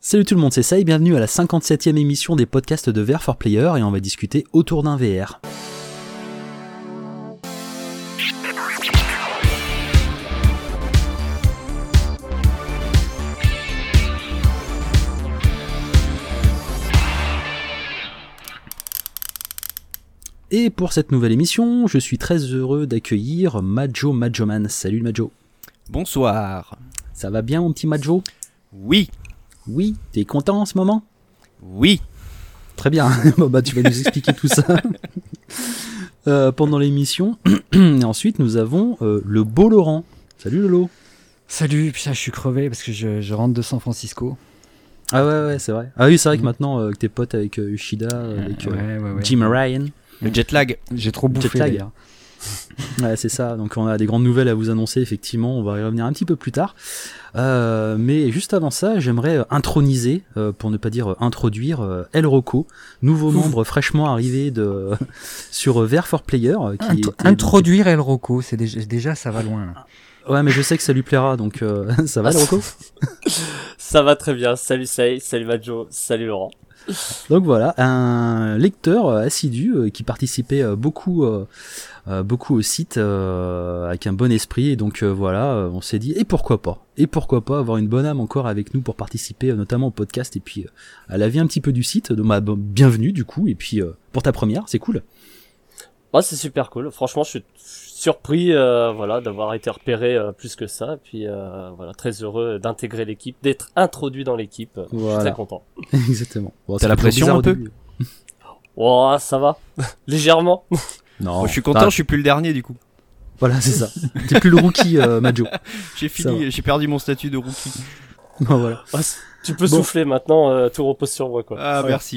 Salut tout le monde, c'est ça et bienvenue à la 57e émission des podcasts de VR for Player et on va discuter autour d'un VR. Et pour cette nouvelle émission, je suis très heureux d'accueillir Majoman. Salut Majo. Bonsoir. Ça va bien mon petit Majo ? Oui. Oui, t'es content en ce moment ? Oui. Très bien, bon, bah, tu vas nous expliquer tout ça pendant l'émission. Et ensuite, nous avons le beau Laurent. Salut Lolo. Salut, putain, je suis crevé parce que je rentre de San Francisco. Ah ouais, c'est vrai. Ah oui, c'est vrai que maintenant, que t'es potes avec Ushida, avec Jim Ryan. Le jet lag. J'ai trop bouffé d'ailleurs. Ouais, c'est ça. Donc on a des grandes nouvelles à vous annoncer, effectivement. On va y revenir un petit peu plus tard. Mais juste avant ça, j'aimerais introniser, pour ne pas dire introduire, El Rocco, nouveau membre fraîchement arrivé sur VR for Player. Introduire El Rocco, c'est déjà ça va loin. Là. Ouais, mais je sais que ça lui plaira, donc ça va El Rocco ? Ça va très bien. Salut Say, salut Majo, salut Laurent. Donc voilà, un lecteur assidu qui participait beaucoup au site avec un bon esprit et donc voilà, on s'est dit et pourquoi pas avoir une bonne âme encore avec nous pour participer notamment au podcast et puis à la vie un petit peu du site. Donc bienvenue du coup et puis pour ta première, c'est cool. Ouais, c'est super cool. Franchement, je suis surpris d'avoir été repéré plus que ça et puis très heureux d'intégrer l'équipe, d'être introduit dans l'équipe. Voilà. Je suis très content. Exactement. Bon, t'as la pression un peu ? Oh, ça va. Légèrement. Non. Bon, je suis content, je suis plus le dernier du coup. Voilà, c'est ça. T'es plus le rookie, Majo. J'ai perdu mon statut de rookie. Bon, voilà. Tu peux souffler maintenant, tout repose sur moi, quoi. Ah, ouais. Merci.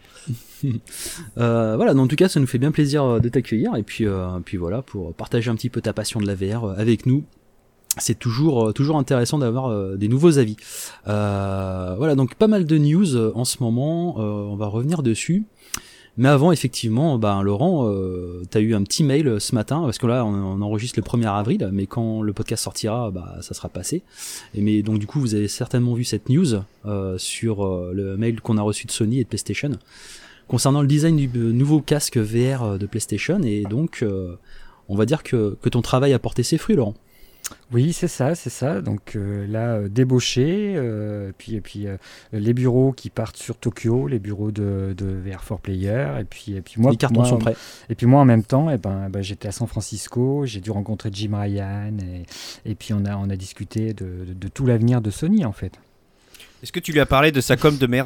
Voilà, donc en tout cas, ça nous fait bien plaisir de t'accueillir et puis voilà, pour partager un petit peu ta passion de la VR avec nous. C'est toujours intéressant d'avoir des nouveaux avis. Voilà, donc pas mal de news en ce moment, on va revenir dessus. Mais avant, effectivement, Laurent, t'as eu un petit mail ce matin, parce que là, on enregistre le 1er avril, mais quand le podcast sortira, ça sera passé. Mais donc, du coup, vous avez certainement vu cette news sur le mail qu'on a reçu de Sony et de PlayStation, concernant le design du nouveau casque VR de PlayStation, et donc, on va dire que ton travail a porté ses fruits, Laurent. Oui, c'est ça. Donc là, débauché, puis les bureaux qui partent sur Tokyo, les bureaux de VR for Player, et puis moi, les cartons sont prêts. Et puis moi, en même temps, j'étais à San Francisco, j'ai dû rencontrer Jim Ryan, et puis on a discuté de tout l'avenir de Sony en fait. Est-ce que tu lui as parlé de sa com de merde ?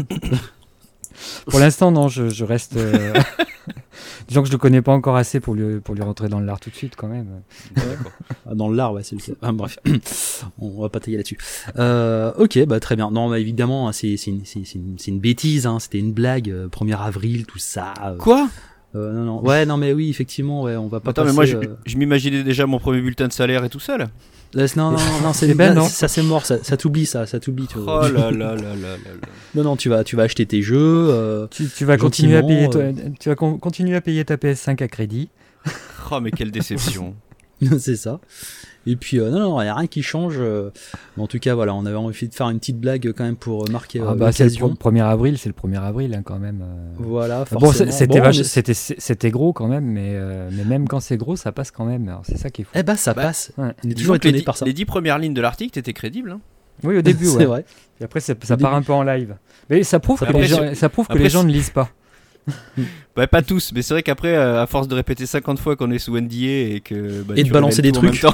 Pour l'instant, non, je reste. Disons que je le connais pas encore assez pour lui rentrer dans l'art tout de suite, quand même. D'accord. Dans l'art, ouais, c'est le cas. Bref, on va pas tailler là-dessus. Ok, très bien. Non, évidemment, c'est une bêtise, hein. C'était une blague. 1er avril, tout ça. Quoi ? Non. Ouais, non, mais oui, effectivement, ouais, on va pas. Attends, mais moi, je m'imaginais déjà mon premier bulletin de salaire et tout ça, là. Non, c'est non. Ça c'est mort, ça t'oublie ça t'oublie. Tu vois. Oh là. Non, tu vas acheter tes jeux. Tu vas continuer à payer continuer à payer ta PS5 à crédit. Oh mais quelle déception. C'est ça. Et puis non, il y a rien qui change. Mais en tout cas, voilà, on avait envie de faire une petite blague quand même pour marquer c'est le 1er avril, c'est le 1er avril hein, quand même. Voilà, forcément. Bon, c'était gros quand même, mais même quand c'est gros, ça passe quand même. Alors, c'est ça qui est fou. Ça passe. Ouais. On est toujours étonné par ça. Les 10 premières lignes de l'article, t'étais crédible. Hein. Oui, au début, ouais. C'est vrai. Et après, ça part un peu en live. Mais ça prouve que les gens ne lisent pas. Pas tous, mais c'est vrai qu'après, à force de répéter 50 fois qu'on est sous NDA et que et de balancer des trucs.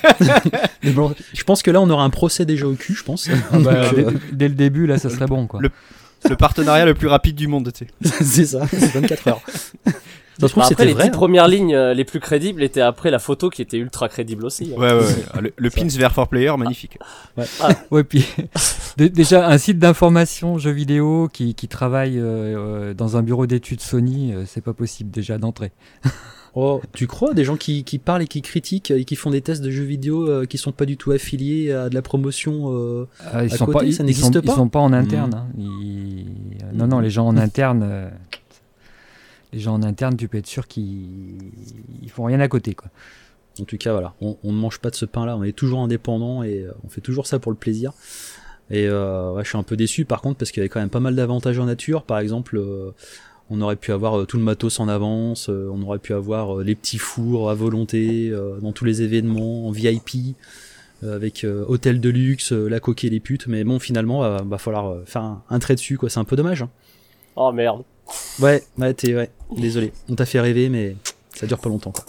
Je pense que là, on aura un procès déjà au cul, je pense. Dès le début, là, ça serait bon, quoi. Le partenariat le plus rapide du monde, tu sais. C'est ça, c'est 24 heures. Ça se trouve, après, les 10 vrai, premières lignes les plus crédibles étaient après la photo qui était ultra crédible aussi. Ouais. Le pins VR for Player, magnifique. Ouais, puis déjà un site d'information jeux vidéo qui travaille dans un bureau d'études Sony, c'est pas possible déjà d'entrer. Oh, tu crois des gens qui parlent et qui critiquent et qui font des tests de jeux vidéo qui sont pas du tout affiliés à de la promotion à côté, ça n'existe pas. Ils sont pas en interne. Hein. Non, les gens en interne. Les gens en interne, tu peux être sûr qu'ils font rien à côté, quoi. En tout cas, voilà, on ne mange pas de ce pain-là, on est toujours indépendant et on fait toujours ça pour le plaisir. Et ouais, je suis un peu déçu par contre parce qu'il y avait quand même pas mal d'avantages en nature. Par exemple, on aurait pu avoir tout le matos en avance, on aurait pu avoir les petits fours à volonté dans tous les événements en VIP avec hôtel de luxe, la coque et les putes. Mais bon, finalement, va falloir faire un trait dessus, quoi. C'est un peu dommage. Hein. Oh merde. Ouais, désolé. On t'a fait rêver, mais ça dure pas longtemps, quoi.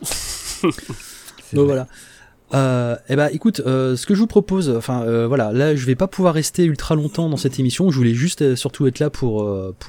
Donc voilà. Eh ben, écoute, ce que je vous propose, voilà, là, je vais pas pouvoir rester ultra longtemps dans cette émission. Je voulais juste surtout être là pour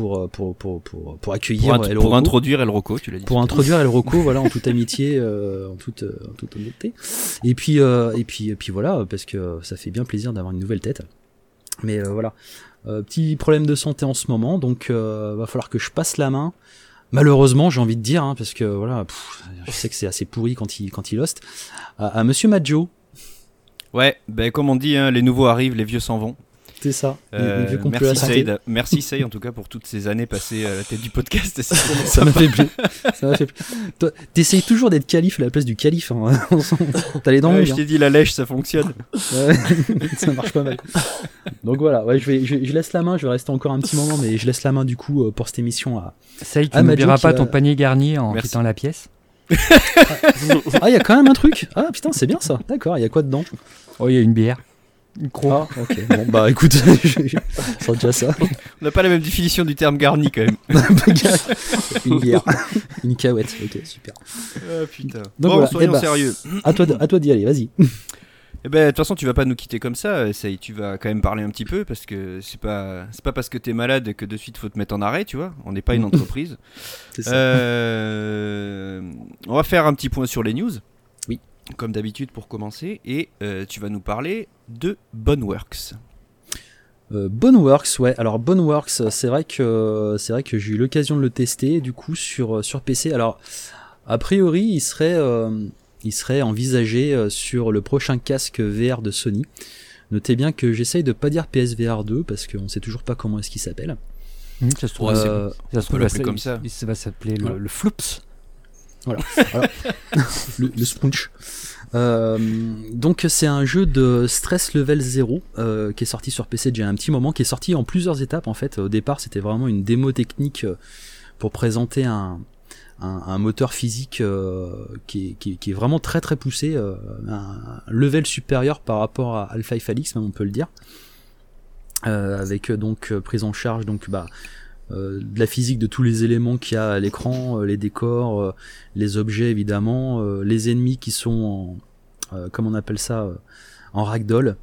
accueillir El Rocco. Pour introduire El Rocco, tu l'as dit. Pour introduire El Rocco, voilà, en toute amitié, en toute honnêteté. Et puis voilà, parce que ça fait bien plaisir d'avoir une nouvelle tête. Mais voilà, petit problème de santé en ce moment, donc va falloir que je passe la main. Malheureusement, j'ai envie de dire, hein, parce que voilà, je sais que c'est assez pourri quand il hoste, à Monsieur Maggio. Ouais, ben comme on dit, hein, les nouveaux arrivent, les vieux s'en vont. C'est ça. Les vieux qu'on peut la santé. Merci Seyd en tout cas pour toutes ces années passées à la tête du podcast. Ça m'a fait plaisir. Toi, t'essayes toujours d'être calife à la place du calife. Hein. T'as les dents longues. Je t'ai dit la lèche, ça fonctionne. Ouais, ça marche pas mal. Donc voilà, ouais, je laisse la main. Je vais rester encore un petit moment, mais je laisse la main du coup pour cette émission à. Seyd, tu n'oublieras pas ton panier garni en quittant la pièce. Ah, il y a quand même un truc. Ah putain, c'est bien ça. D'accord, il y a quoi dedans? Oh, il y a une bière. Une croix. Ah, ok. Bon, bah écoute, je sens déjà ça. On n'a pas la même définition du terme garni quand même. Une bière. Une cahuète. Ok, super. Ah putain. Donc, bon, voilà. soyons sérieux. À toi d'y aller, vas-y. Eh ben, de toute façon, tu vas pas nous quitter comme ça, tu vas quand même parler un petit peu parce que c'est pas parce que t'es malade que de suite faut te mettre en arrêt, tu vois. On n'est pas une entreprise. C'est ça. On va faire un petit point sur les news. Oui. Comme d'habitude pour commencer, et tu vas nous parler de Boneworks. Boneworks, ouais. Alors Boneworks, c'est vrai que j'ai eu l'occasion de le tester du coup sur PC. Alors a priori, il serait envisagé sur le prochain casque VR de Sony. Notez bien que j'essaye de pas dire PSVR 2 parce qu'on sait toujours pas comment est-ce qu'il s'appelle. Ça se trouve, comme ça. Il va s'appeler le Floops. Voilà. le Sponge. Donc c'est un jeu de stress level 0 qui est sorti sur PC déjà un petit moment, qui est sorti en plusieurs étapes en fait. Au départ c'était vraiment une démo technique pour présenter un moteur physique qui est vraiment très très poussé, un level supérieur par rapport à Half-Life Alyx, même on peut le dire, avec donc prise en charge donc de la physique de tous les éléments qu'il y a à l'écran, les décors, les objets évidemment, les ennemis qui sont en, comment on appelle ça, en ragdoll,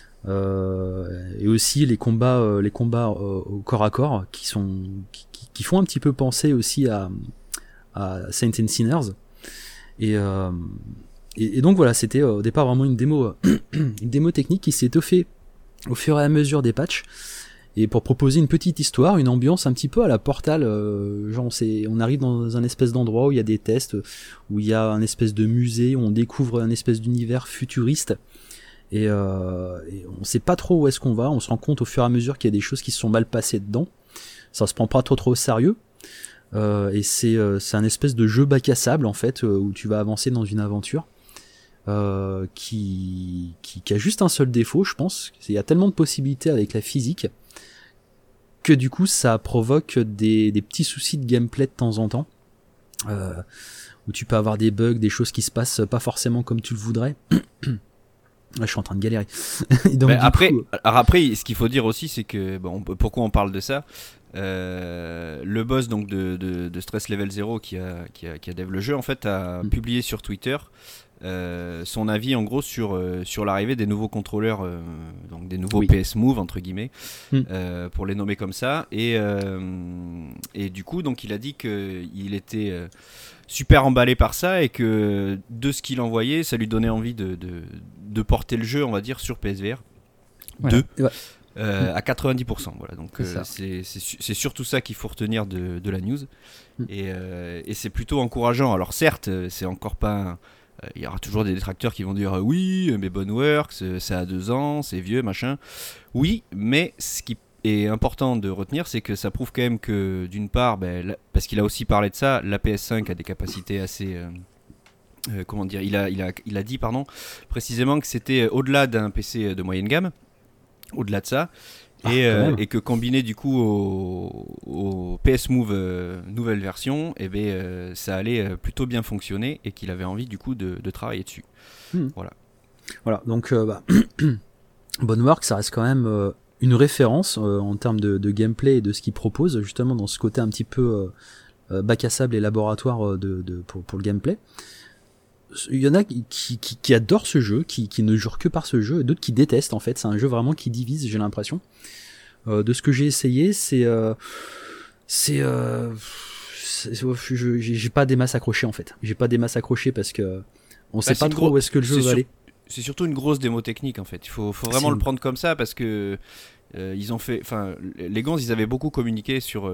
et aussi les combats au corps à corps qui font un petit peu penser aussi à Saints and Sinners, et donc voilà, c'était au départ vraiment une démo technique qui s'est étoffée au fur et à mesure des patchs, et pour proposer une petite histoire, une ambiance un petit peu à la Portal, genre on arrive dans un espèce d'endroit où il y a des tests, où il y a un espèce de musée, où on découvre un espèce d'univers futuriste, et on sait pas trop où est-ce qu'on va, on se rend compte au fur et à mesure qu'il y a des choses qui se sont mal passées dedans, ça se prend pas trop au sérieux, et c'est un espèce de jeu bac à sable en fait, où tu vas avancer dans une aventure qui a juste un seul défaut, je pense. Il y a tellement de possibilités avec la physique que du coup ça provoque des petits soucis de gameplay de temps en temps, où tu peux avoir des bugs, des choses qui se passent pas forcément comme tu le voudrais. Je suis en train de galérer. Et donc, après, ce qu'il faut dire aussi, c'est que pourquoi on parle de ça, le boss donc de Stress Level 0 qui a dev le jeu en fait a publié sur Twitter son avis en gros sur l'arrivée des nouveaux contrôleurs, donc des nouveaux PS Move entre guillemets, pour les nommer comme ça, et du coup donc il a dit qu'il était super emballé par ça, et que de ce qu'il envoyait ça lui donnait envie de porter le jeu on va dire sur PSVR 2 à 90%, voilà, donc c'est surtout ça qu'il faut retenir de la news, et c'est plutôt encourageant. Alors certes c'est encore pas il y aura toujours des détracteurs qui vont dire oui mais Boneworks ça a 2 ans, c'est vieux machin, oui, mais ce qui est important de retenir c'est que ça prouve quand même que d'une part parce qu'il a aussi parlé de ça, la PS5 a des capacités assez comment dire, il a dit précisément que c'était au-delà d'un PC de moyenne gamme, au-delà de ça. Quand même. Et que combiné du coup au PS Move nouvelle version, ça allait plutôt bien fonctionner et qu'il avait envie du coup de travailler dessus. Voilà, donc Boneworks, ça reste quand même une référence en termes de gameplay et de ce qu'il propose, justement dans ce côté un petit peu bac à sable et laboratoire pour le gameplay. Il y en a qui adorent ce jeu, qui ne jurent que par ce jeu, et d'autres qui détestent en fait. C'est un jeu vraiment qui divise, j'ai l'impression. De ce que j'ai essayé, j'ai pas des masses accrochées en fait. J'ai pas des masses accrochées parce que on sait pas trop où est-ce que le jeu va aller. C'est surtout une grosse démo technique en fait. Il faut vraiment le prendre comme ça parce que ils ont fait, enfin, les Gons, ils avaient beaucoup communiqué sur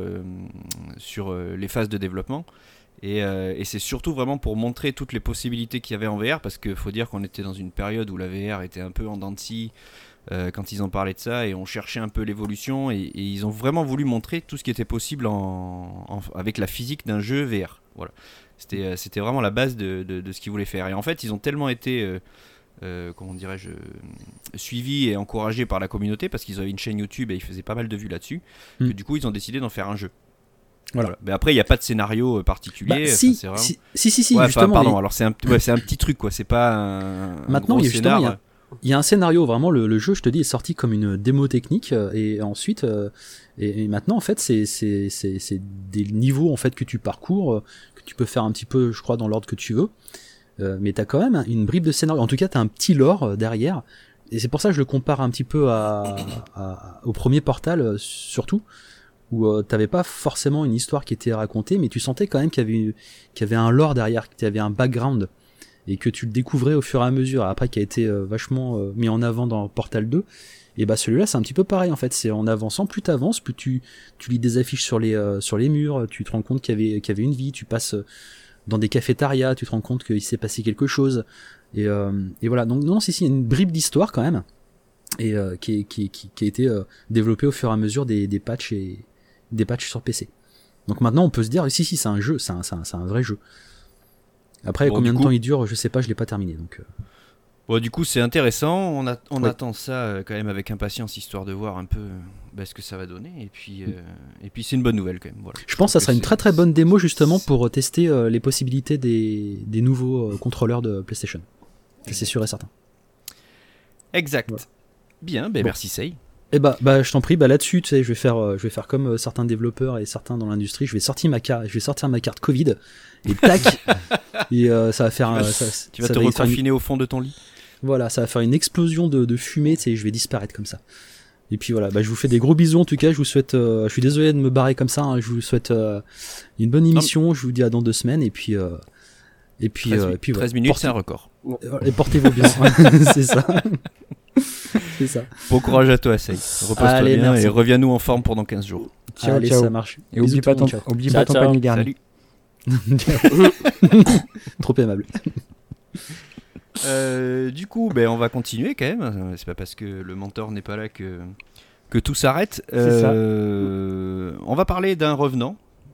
les phases de développement. Et c'est surtout vraiment pour montrer toutes les possibilités qu'il y avait en VR, parce qu'il faut dire qu'on était dans une période où la VR était un peu en dents de scie quand ils ont parlé de ça, et on cherchait un peu l'évolution, et ils ont vraiment voulu montrer tout ce qui était possible avec la physique d'un jeu VR. Voilà. C'était vraiment la base de ce qu'ils voulaient faire. Et en fait, ils ont tellement été comment dirais-je, suivis et encouragés par la communauté, parce qu'ils avaient une chaîne YouTube et ils faisaient pas mal de vues là-dessus, que du coup ils ont décidé d'en faire un jeu. Voilà. Mais après, il n'y a pas de scénario particulier. Si, c'est vraiment... si, ouais, justement. Pardon, alors c'est un petit truc, quoi. C'est pas un Maintenant, gros il y a un scénario, vraiment, le jeu, je te dis, est sorti comme une démo technique, et ensuite, et maintenant, en fait, c'est des niveaux, en fait, que tu parcours, que tu peux faire un petit peu, je crois, dans l'ordre que tu veux, mais t'as quand même une bribe de scénario. En tout cas, t'as un petit lore derrière, et c'est pour ça que je le compare un petit peu au premier Portal, surtout, où t'avais pas forcément une histoire qui était racontée, mais tu sentais quand même qu'il y avait un lore derrière, qu'il y avait un background, et que tu le découvrais au fur et à mesure, après qui a été vachement mis en avant dans Portal 2, et bah celui-là c'est un petit peu pareil en fait, c'est en avançant, plus t'avances, plus tu lis des affiches sur les murs, tu te rends compte qu'il y avait une vie, tu passes dans des cafétérias, tu te rends compte qu'il s'est passé quelque chose, et voilà, donc non, si, il y a une bribe d'histoire quand même, et qui a été développée au fur et à mesure des patchs et des patchs sur PC. Donc maintenant on peut se dire si c'est un jeu, c'est un vrai jeu. Après combien de temps il dure, je sais pas, je l'ai pas terminé donc. Bon, du coup c'est intéressant, on attend ça quand même avec impatience, histoire de voir un peu ce que ça va donner, et puis c'est une bonne nouvelle quand même. Voilà. Je pense que ça sera une très très bonne démo justement pour tester les possibilités des nouveaux contrôleurs de PlayStation. C'est sûr et certain. Exact. Voilà. Bien, bon. Merci Sei. Et bah je t'en prie, là-dessus, tu sais, je vais faire comme certains développeurs et certains dans l'industrie, je vais sortir ma carte Covid et tac, et ça va faire tu vas te reconfiner au fond de ton lit. Voilà, ça va faire une explosion de fumée, tu sais, je vais disparaître comme ça. Et puis voilà, je vous fais des gros bisous en tout cas, je vous souhaite je suis désolé de me barrer comme ça, hein, je vous souhaite une bonne émission, je vous dis à dans 2 semaines et puis 13 minutes, c'est un record. Et portez-vous bien. C'est ça. C'est ça. Bon courage à toi, Sei. Repose-toi bien, merci. Et reviens-nous en forme pendant 15 jours. Ciao, allez, ciao. Ça marche. Et oublie pas ton panier garni. Salut. Trop aimable. Du coup, on va continuer quand même. C'est pas parce que le mentor n'est pas là que tout s'arrête. On va parler d'un revenant.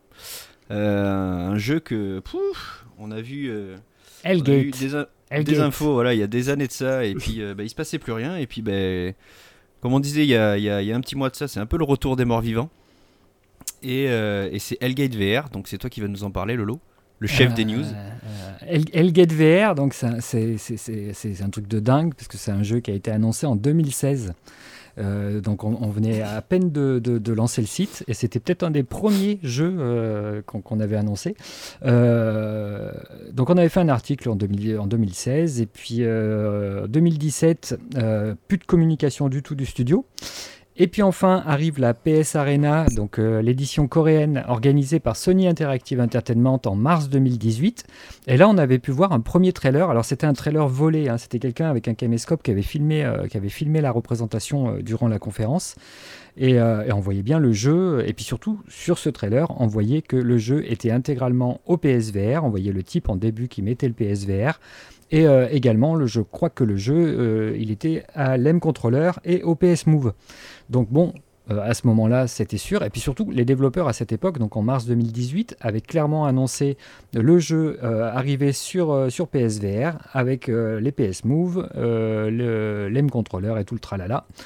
Un jeu que on a vu. Hellgate. Des infos, voilà, il y a des années de ça, et puis il se passait plus rien, et puis comme on disait il y a un petit mois de ça, c'est un peu le retour des morts vivants, et c'est Hellgate VR, donc c'est toi qui vas nous en parler, Lolo, le chef des news. Hellgate VR, donc c'est un truc de dingue, parce que c'est un jeu qui a été annoncé en 2016. Donc on venait à peine de lancer le site, et c'était peut-être un des premiers jeux qu'on avait annoncé. Donc on avait fait un article en 2016, et puis 2017, plus de communication du tout du studio. Et puis enfin arrive la PS Arena, donc l'édition coréenne organisée par Sony Interactive Entertainment en mars 2018. Et là, on avait pu voir un premier trailer. Alors c'était un trailer volé, hein. C'était quelqu'un avec un caméscope qui avait filmé la représentation durant la conférence. Et on voyait bien le jeu. Et puis surtout, sur ce trailer, on voyait que le jeu était intégralement au PSVR. On voyait le type en début qui mettait le PSVR. Et également, je crois que le jeu, il était à l'M Controller et au PS Move. Donc bon, à ce moment-là, c'était sûr. Et puis surtout, les développeurs à cette époque, donc en mars 2018, avaient clairement annoncé le jeu arrivé sur PSVR avec les PS Move, l'M Controller et tout le tralala.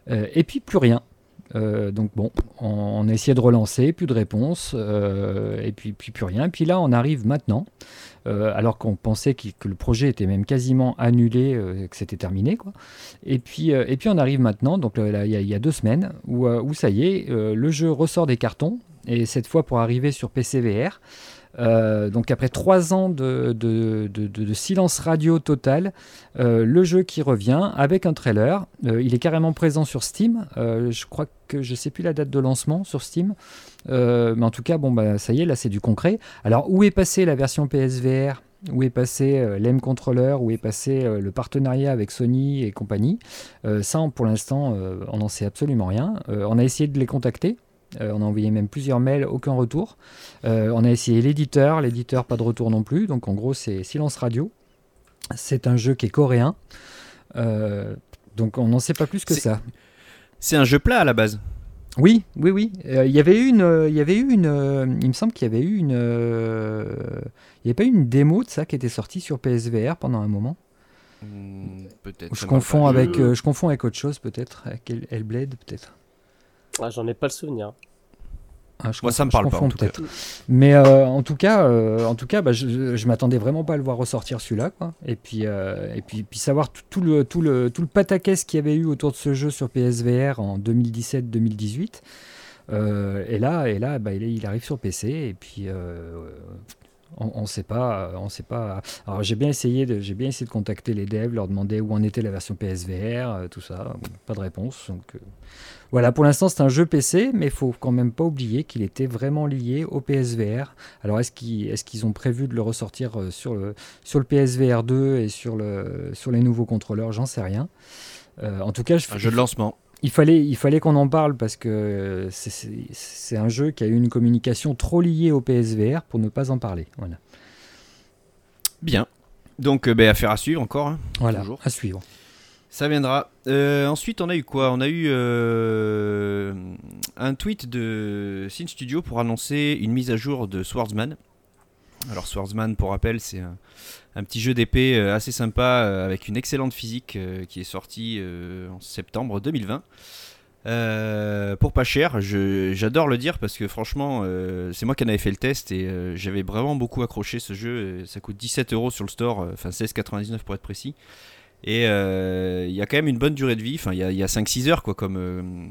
Et puis plus rien. Donc bon, on a essayé de relancer, plus de réponse, et puis plus rien. Et puis là, on arrive maintenant, alors qu'on pensait que le projet était même quasiment annulé, que c'était terminé, quoi. Et puis on arrive maintenant, donc là, il y a 2 semaines, où ça y est, le jeu ressort des cartons, et cette fois pour arriver sur PC VR. Donc après 3 ans de silence radio total, le jeu qui revient avec un trailer. Il est carrément présent sur Steam. Je crois que je sais plus la date de lancement sur Steam, mais en tout cas ça y est, là c'est du concret. Alors où est passée la version PSVR, où est passé l'M Controller, où est passé le partenariat avec Sony et compagnie, ça pour l'instant on n'en sait absolument rien. On a essayé de les contacter. On a envoyé même plusieurs mails, aucun retour. On a essayé l'éditeur, pas de retour non plus. Donc en gros, c'est silence radio. C'est un jeu qui est coréen. Donc on n'en sait pas plus que ça. C'est un jeu plat à la base. Oui. Il y avait eu une. Il me semble qu'il y avait eu une. Il n'y avait pas eu une démo de ça qui était sortie sur PSVR pendant un moment. Peut-être. Je confonds avec autre chose peut-être, avec Hellblade peut-être. Ah, j'en ai pas le souvenir. Moi, ça me parle pas en tout cas. Mais en tout cas, je m'attendais vraiment pas à le voir ressortir celui-là, quoi. Et puis savoir tout le pataquès qu'il y avait eu autour de ce jeu sur PSVR en 2017-2018. Et là, il arrive sur PC et puis on sait pas. Alors j'ai bien essayé de contacter les devs, leur demander où en était la version PSVR, tout ça. Pas de réponse. Donc voilà, pour l'instant c'est un jeu PC, mais il faut quand même pas oublier qu'il était vraiment lié au PSVR. Alors est-ce qu'ils ont prévu de le ressortir sur le PSVR 2 et sur les nouveaux contrôleurs? J'en sais rien. En tout cas, un jeu de lancement. Il fallait qu'on en parle parce que c'est un jeu qui a eu une communication trop liée au PSVR pour ne pas en parler. Voilà. Bien. Donc, affaire à suivre encore. Hein, voilà, toujours. À suivre. Ça viendra. Ensuite, on a eu quoi ? On a eu un tweet de Synth Studio pour annoncer une mise à jour de Swordsman. Alors Swordsman, pour rappel, c'est un petit jeu d'épée assez sympa avec une excellente physique qui est sorti en septembre 2020. Pour pas cher, j'adore le dire parce que franchement, c'est moi qui en avais fait le test et j'avais vraiment beaucoup accroché ce jeu. Ça coûte 17€ sur le store, enfin 16,99€ pour être précis. Et il y a quand même une bonne durée de vie, enfin il y a 5-6 heures quoi, comme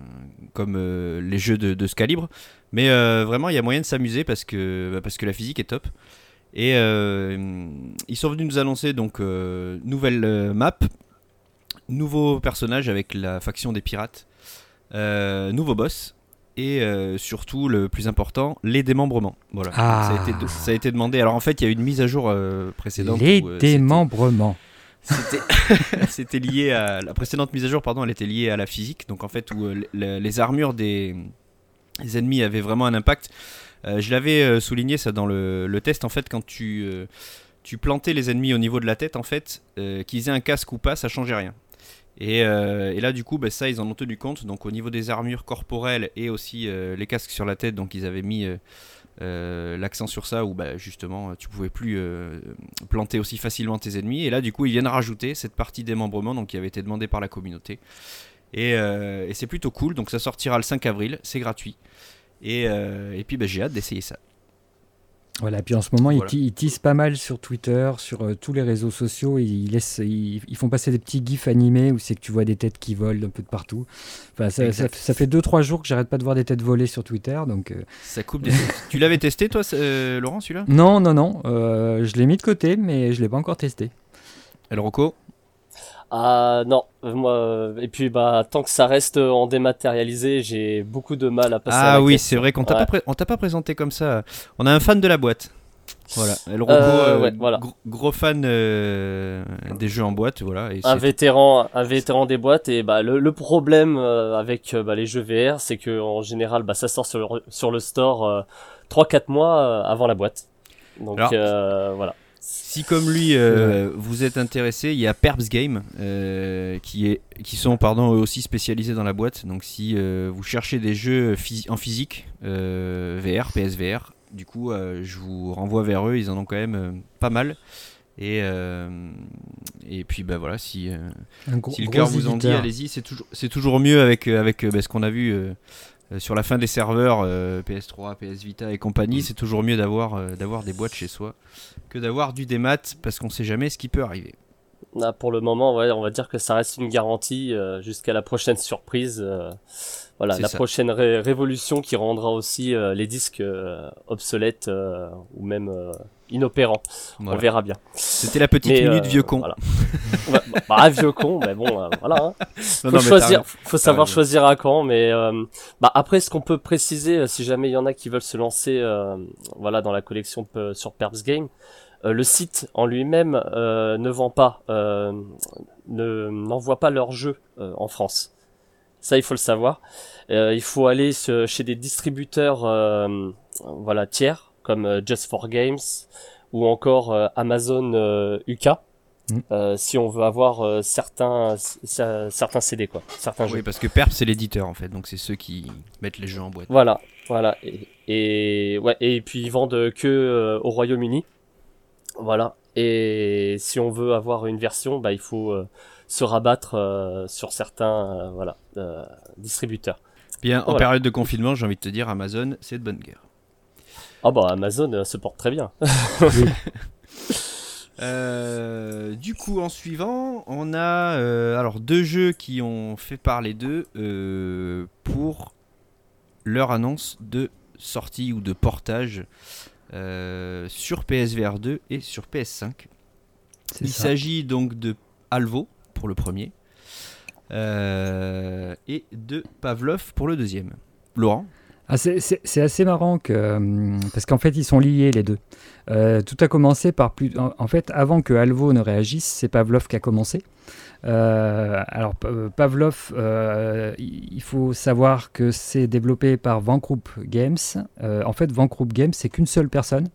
les jeux de ce calibre, mais vraiment il y a moyen de s'amuser parce que la physique est top. Et ils sont venus nous annoncer donc nouvelle map, nouveau personnage avec la faction des pirates, nouveau boss et surtout le plus important, les démembrements. Voilà. Ça a été demandé. Alors en fait il y a eu une mise à jour précédente. Les démembrements. C'était lié à la précédente mise à jour, elle était liée à la physique, donc en fait où les armures des ennemis avaient vraiment un impact. Je l'avais souligné ça dans le test, en fait quand tu plantais les ennemis au niveau de la tête, en fait qu'ils aient un casque ou pas, ça changeait rien. Et là du coup ça ils en ont tenu compte, donc au niveau des armures corporelles et aussi les casques sur la tête, donc ils avaient mis l'accent sur ça où justement tu pouvais plus planter aussi facilement tes ennemis, et là du coup ils viennent rajouter cette partie démembrement donc qui avait été demandée par la communauté et c'est plutôt cool. Donc ça sortira le 5 avril, c'est gratuit et puis j'ai hâte d'essayer ça. Voilà, puis en ce moment, voilà. Ils teasent pas mal sur Twitter, sur tous les réseaux sociaux. Ils font passer des petits gifs animés où c'est que tu vois des têtes qui volent un peu de partout. Enfin, ça fait 2-3 jours que j'arrête pas de voir des têtes voler sur Twitter. Donc, ça coupe des têtes. Tu l'avais testé, toi, Laurent, celui-là ? Non. Je l'ai mis de côté, mais je l'ai pas encore testé. El Rocco ? Non, moi, et puis tant que ça reste en dématérialisé, j'ai beaucoup de mal à passer à la oui, question. C'est vrai qu'on t'a pas présenté comme ça. On a un fan de la boîte. Voilà, El Rocco, voilà. Gros fan des jeux en boîte, voilà. Et un vétéran des boîtes, et le problème avec les jeux VR, c'est que en général, ça sort sur le store 3-4 mois avant la boîte. Donc voilà. Si comme lui vous êtes intéressé, il y a Perps Game qui sont aussi spécialisés dans la boîte. Donc si vous cherchez des jeux en physique, VR, PSVR, du coup je vous renvoie vers eux, ils en ont quand même pas mal. Et puis voilà, si le gros cœur vous en dit, éditeur. allez-y. C'est toujours mieux avec ce qu'on a vu sur la fin des serveurs PS3, PS Vita et compagnie. C'est toujours mieux d'avoir des boîtes chez soi que d'avoir du démat, parce qu'on sait jamais ce qui peut arriver. Là, pour le moment, ouais, on va dire que ça reste une garantie jusqu'à la prochaine surprise. Voilà, C'est la ça. prochaine révolution qui rendra aussi les disques obsolètes ou même inopérants. Voilà. On verra bien. C'était la petite Mais, minute vieux con. Voilà. Bah, vieux con, mais bon, voilà. Hein. Non, Faut mais choisir, faut savoir raison. choisir à quand. Mais après, ce qu'on peut préciser, si jamais il y en a qui veulent se lancer, voilà, dans la collection sur Perps Game. Le site en lui-même ne vend pas, n'envoie pas leurs jeux en France. Ça, il faut le savoir. Il faut aller chez des distributeurs voilà, tiers, comme Just for Games ou encore Amazon UK, si on veut avoir certains CD, quoi, certains jeux. Oui, parce que Perp, c'est l'éditeur en fait, donc c'est ceux qui mettent les jeux en boîte. Voilà. Et puis ils vendent que au Royaume-Uni. Voilà. Et si on veut avoir une version, il faut se rabattre sur certains distributeurs. Bien, en Voilà. période de confinement, j'ai envie de te dire, Amazon, c'est de bonne guerre. Ah Amazon se porte très bien. Du coup, en suivant, on a alors 2 jeux qui ont fait parler d'eux pour leur annonce de sortie ou de portage sur PSVR 2 et sur PS5. Il s'agit donc de Alvo pour le premier et de Pavlov pour le deuxième. Laurent ? C'est assez marrant parce qu'en fait ils sont liés les deux. Tout a commencé par en fait avant que Alvo ne réagisse, c'est Pavlov qui a commencé. Alors Pavlov, il faut savoir que c'est développé par Vangroup Games. En fait Vangroup Games c'est qu'une seule personne.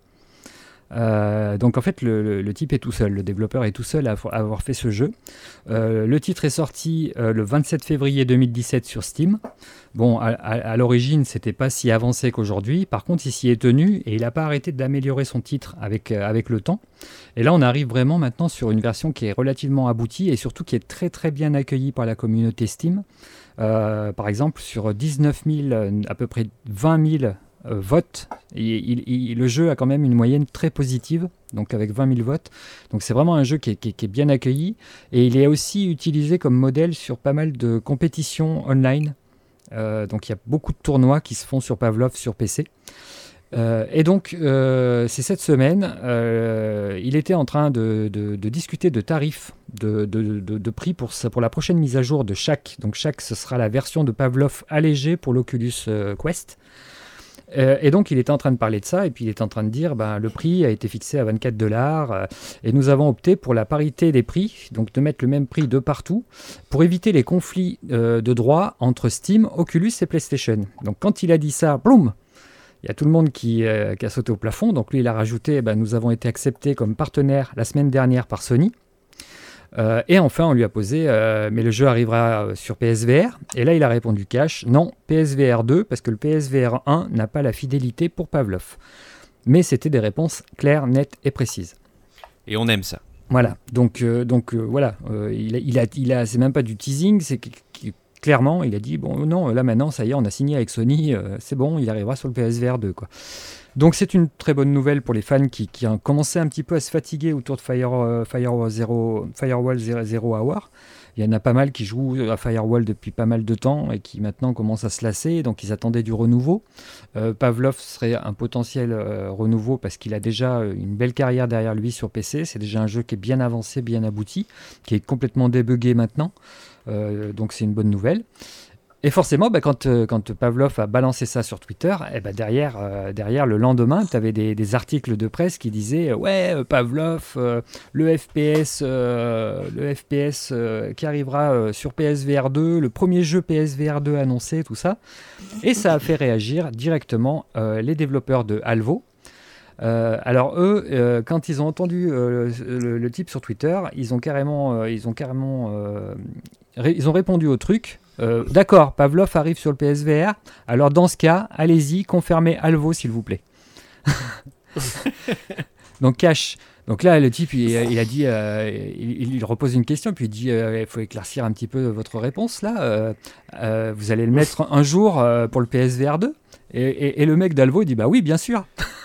Donc en fait le type est tout seul, le développeur est tout seul à avoir fait ce jeu. Le titre est sorti le 27 février 2017 sur Steam. Bon, à l'origine c'était pas si avancé qu'aujourd'hui, par contre il s'y est tenu et il n'a pas arrêté d'améliorer son titre avec le temps. Et là on arrive vraiment maintenant sur une version qui est relativement aboutie et surtout qui est très très bien accueillie par la communauté Steam. Par exemple sur 19 000, à peu près 20 000 votes, le jeu a quand même une moyenne très positive, donc avec 20 000 votes. Donc c'est vraiment un jeu qui est bien accueilli et il est aussi utilisé comme modèle sur pas mal de compétitions online. Donc il y a beaucoup de tournois qui se font sur Pavlov sur PC. Et donc c'est cette semaine, il était en train de discuter de tarifs, de prix pour la prochaine mise à jour de Shaq. Donc Shaq, ce sera la version de Pavlov allégée pour l'Oculus Quest. Et donc il était en train de parler de ça et puis il est en train de dire le prix a été fixé à $24 et nous avons opté pour la parité des prix, donc de mettre le même prix de partout pour éviter les conflits de droits entre Steam, Oculus et PlayStation. Donc quand il a dit ça, boum, il y a tout le monde qui a sauté au plafond. Donc lui il a rajouté nous avons été acceptés comme partenaire la semaine dernière par Sony. Et enfin, on lui a posé mais le jeu arrivera sur PSVR. Et là, il a répondu cash, non, PSVR 2, parce que le PSVR 1 n'a pas la fidélité pour Pavlov. Mais c'était des réponses claires, nettes et précises. Et on aime ça. Voilà, donc voilà, c'est même pas du teasing, c'est clairement, il a dit, bon, non, là maintenant, ça y est, on a signé avec Sony, c'est bon, il arrivera sur le PSVR 2, quoi. Donc c'est une très bonne nouvelle pour les fans qui ont commencé un petit peu à se fatiguer autour de Firewall Zero Hour. Il y en a pas mal qui jouent à Firewall depuis pas mal de temps et qui maintenant commencent à se lasser, donc ils attendaient du renouveau. Pavlov serait un potentiel renouveau parce qu'il a déjà une belle carrière derrière lui sur PC. C'est déjà un jeu qui est bien avancé, bien abouti, qui est complètement débugué maintenant, donc c'est une bonne nouvelle. Et forcément, quand Pavlov a balancé ça sur Twitter, derrière le lendemain, tu avais des articles de presse qui disaient Pavlov, le FPS qui arrivera sur PSVR 2, le premier jeu PSVR 2 annoncé, tout ça. Et ça a fait réagir directement les développeurs de Alvo. Alors eux, quand ils ont entendu le type sur Twitter, ils ont répondu au truc. D'accord, Pavlov arrive sur le PSVR. Alors dans ce cas, allez-y, confirmez Alvo s'il vous plaît. Donc cash. Donc là, le type, il a dit, il repose une question, puis il dit, il faut éclaircir un petit peu votre réponse là. Vous allez le mettre un jour pour le PSVR 2 et le mec d'Alvo, il dit, bah oui, bien sûr.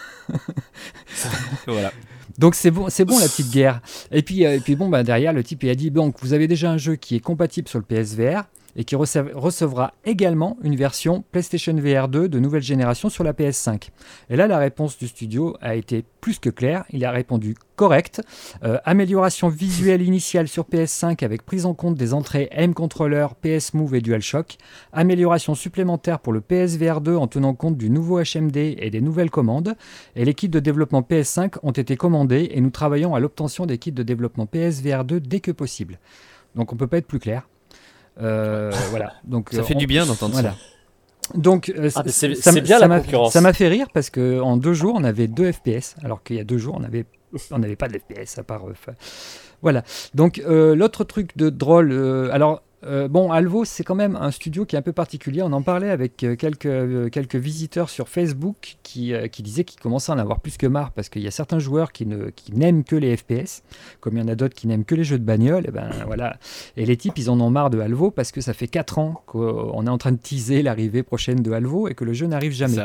Voilà. Donc c'est bon la petite guerre. Et puis bon, bah, derrière, le type, il a dit, donc vous avez déjà un jeu qui est compatible sur le PSVR et qui recevra également une version PlayStation VR 2 de nouvelle génération sur la PS5. Et là, la réponse du studio a été plus que claire. Il a répondu correct. Amélioration visuelle initiale sur PS5 avec prise en compte des entrées M-Controller, PS Move et DualShock. Amélioration supplémentaire pour le PSVR 2 en tenant compte du nouveau HMD et des nouvelles commandes. Et les kits de développement PS5 ont été commandés et nous travaillons à l'obtention des kits de développement PSVR 2 dès que possible. Donc on ne peut pas être plus clair. Voilà. Donc, ça fait du bien d'entendre ça. Donc, c'est bien la concurrence. Ça m'a fait rire parce qu'en 2 jours, on avait 2 FPS, alors qu'il y a 2 jours, on n'avait pas de FPS à part. Voilà. Donc, l'autre truc de drôle. Bon, Alvo, c'est quand même un studio qui est un peu particulier. On en parlait avec quelques visiteurs sur Facebook qui disaient qu'ils commençaient à en avoir plus que marre parce qu'il y a certains joueurs qui n'aiment que les FPS, comme il y en a d'autres qui n'aiment que les jeux de bagnole. Et ben voilà. Et les types, ils en ont marre de Alvo parce que ça fait 4 ans qu'on est en train de teaser l'arrivée prochaine de Alvo et que le jeu n'arrive jamais.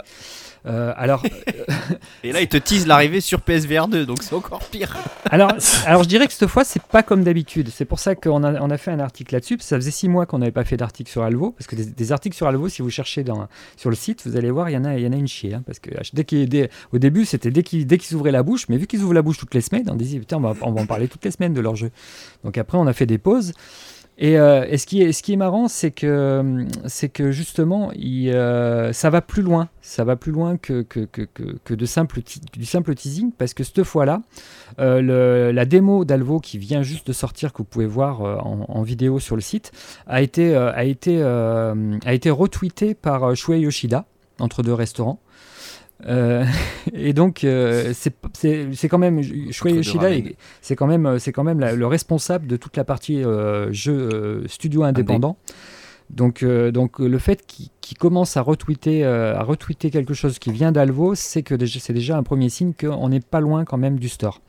Et là, ils te teasent l'arrivée sur PSVR 2, donc c'est encore pire. alors, je dirais que cette fois, c'est pas comme d'habitude. C'est pour ça qu'on a fait un article là-dessus. Ça faisait 6 mois qu'on n'avait pas fait d'article sur Alvo, parce que des articles sur Alvo, si vous cherchez sur le site, vous allez voir, il y en a une chier. Hein, parce que au début, c'était dès qu'ils ouvraient la bouche, mais vu qu'ils ouvrent la bouche toutes les semaines, on disait putain, on va en parler toutes les semaines de leur jeu. Donc après, on a fait des pauses. Et ce qui est marrant, c'est que justement, ça va plus loin. Ça va plus loin que du simple teasing, parce que cette fois-là, la démo d'Alvo qui vient juste de sortir, que vous pouvez voir en vidéo sur le site, a été retweetée par Shuei Yoshida, entre 2 restaurants. Et donc c'est quand même Shuei Yoshida, c'est quand même le responsable de toute la partie jeu studio indépendant. Donc le fait qu'il commence à retweeter quelque chose qui vient d'Alvo, c'est déjà un premier signe qu'on n'est pas loin quand même du store.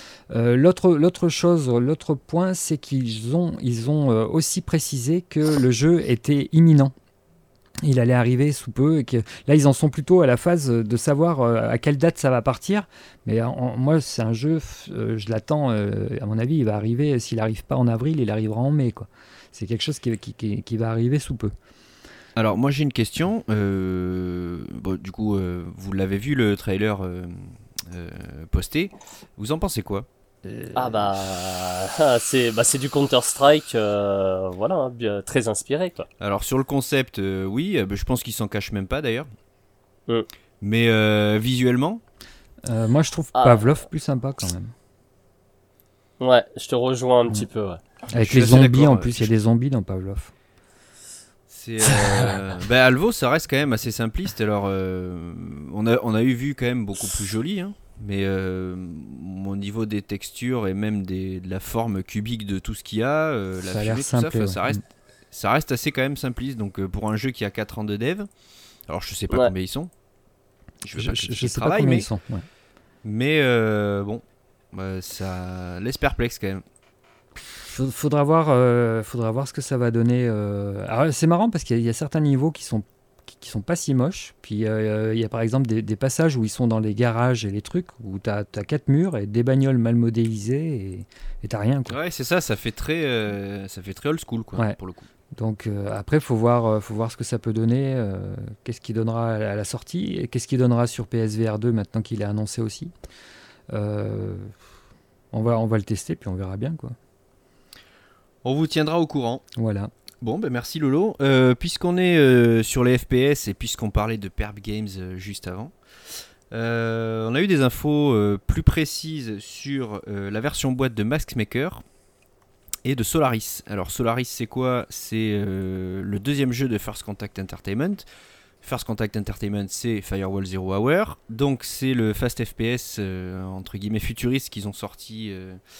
L'autre point, c'est qu'ils ont aussi précisé que le jeu était imminent. Il allait arriver sous peu et que là ils en sont plutôt à la phase de savoir à quelle date ça va partir, mais moi c'est un jeu, je l'attends, à mon avis il va arriver, s'il n'arrive pas en avril, il arrivera en mai quoi. C'est quelque chose qui va arriver sous peu. Alors moi j'ai une question, du coup vous l'avez vu le trailer posté, vous en pensez quoi? C'est du Counter-Strike, voilà, hein, très inspiré quoi. Alors sur le concept, oui, je pense qu'il s'en cache même pas d'ailleurs. Mais visuellement, moi je trouve Pavlov plus sympa quand même. Ouais, je te rejoins un petit peu. Ouais. Avec les zombies en plus, il y a des zombies dans Pavlov. Alvo, ça reste quand même assez simpliste. Alors, on a vu quand même beaucoup plus joli, hein. Mais au niveau des textures et même de la forme cubique de tout ce qu'il y a, la fumée, tout simple, ça reste assez quand même simpliste. Donc pour un jeu qui a 4 ans de dev, alors je sais pas combien ils sont. Je sais pas combien ils sont. Ouais. Mais ça laisse perplexe quand même. Faudra voir ce que ça va donner. Alors c'est marrant parce qu'il y a certains niveaux qui sont pas si moches. Puis il y a par exemple des passages où ils sont dans les garages et les trucs où t'as 4 murs et des bagnoles mal modélisées et t'as rien quoi. Ouais, c'est ça fait très old school quoi, ouais. Pour le coup. Donc après faut voir ce que ça peut donner, qu'est-ce qu'il donnera à la sortie et qu'est-ce qu'il donnera sur PSVR 2 maintenant qu'il est annoncé aussi. On va le tester puis on verra bien quoi. On vous tiendra au courant. Voilà. Bon, merci Lolo. Puisqu'on est sur les FPS et puisqu'on parlait de Perp Games juste avant, on a eu des infos plus précises sur la version boîte de Mask Maker et de Solaris. Alors Solaris c'est quoi ? C'est le deuxième jeu de First Contact Entertainment. First Contact Entertainment c'est Firewall Zero Hour. Donc c'est le fast FPS entre guillemets futuriste qu'ils ont sorti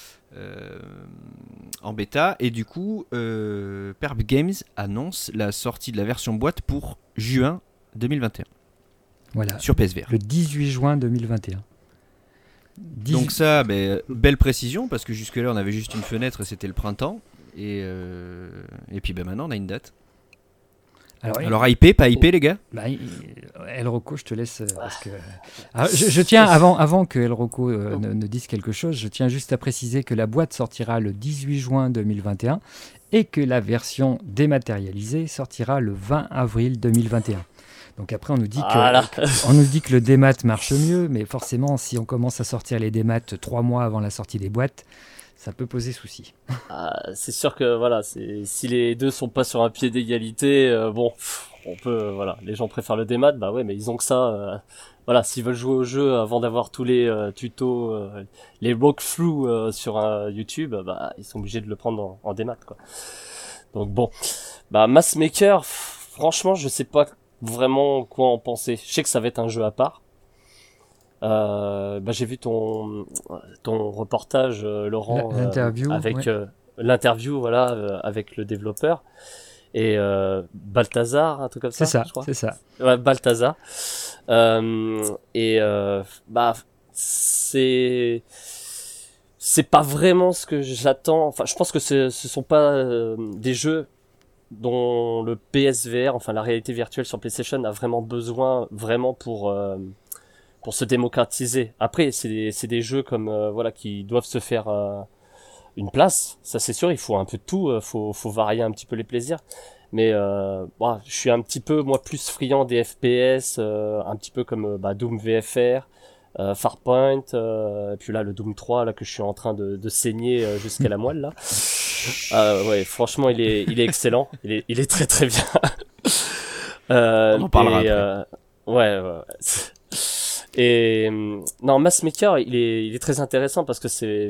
en bêta, et du coup Perp Games annonce la sortie de la version boîte pour juin 2021. Voilà. Sur PSVR. Le 18 juin 2021. Donc ça, belle précision, parce que jusque-là, on avait juste une fenêtre et c'était le printemps. Et puis maintenant, on a une date. Alors hypé, pas hypé, les gars? El Rocco, je te laisse. Parce que... Alors, je tiens, avant que El Rocco ne dise quelque chose, je tiens juste à préciser que la boîte sortira le 18 juin 2021 et que la version dématérialisée sortira le 20 avril 2021. Donc après, on nous dit que le démat marche mieux, mais forcément, si on commence à sortir les démats 3 mois avant la sortie des boîtes, ça peut poser souci. C'est sûr que voilà, si les deux sont pas sur un pied d'égalité, on peut, les gens préfèrent le démat, mais ils ont que ça. S'ils veulent jouer au jeu avant d'avoir tous les tutos, les walkthroughs sur YouTube, ils sont obligés de le prendre en démat, quoi. Donc bon, Massmaker, franchement, je sais pas vraiment quoi en penser. Je sais que ça va être un jeu à part. J'ai vu ton reportage, Laurent, l'interview, avec l'interview, avec le développeur et Balthazar, un truc comme ça. Je crois. C'est ça. Ouais, Balthazar. C'est pas vraiment ce que j'attends. Enfin, je pense que ce sont pas des jeux dont le PSVR, enfin la réalité virtuelle sur PlayStation, a vraiment besoin pour se démocratiser. Après, c'est des jeux comme qui doivent se faire une place. Ça, c'est sûr. Il faut un peu de tout. Faut varier un petit peu les plaisirs. Mais je suis un petit peu plus friand des FPS, un petit peu comme Doom VFR, Farpoint, et puis là le Doom 3 là que je suis en train de saigner jusqu'à la moelle là. Franchement, il est excellent. Il est très très bien. On en parlera après. Et non, Massmaker, il est très intéressant parce que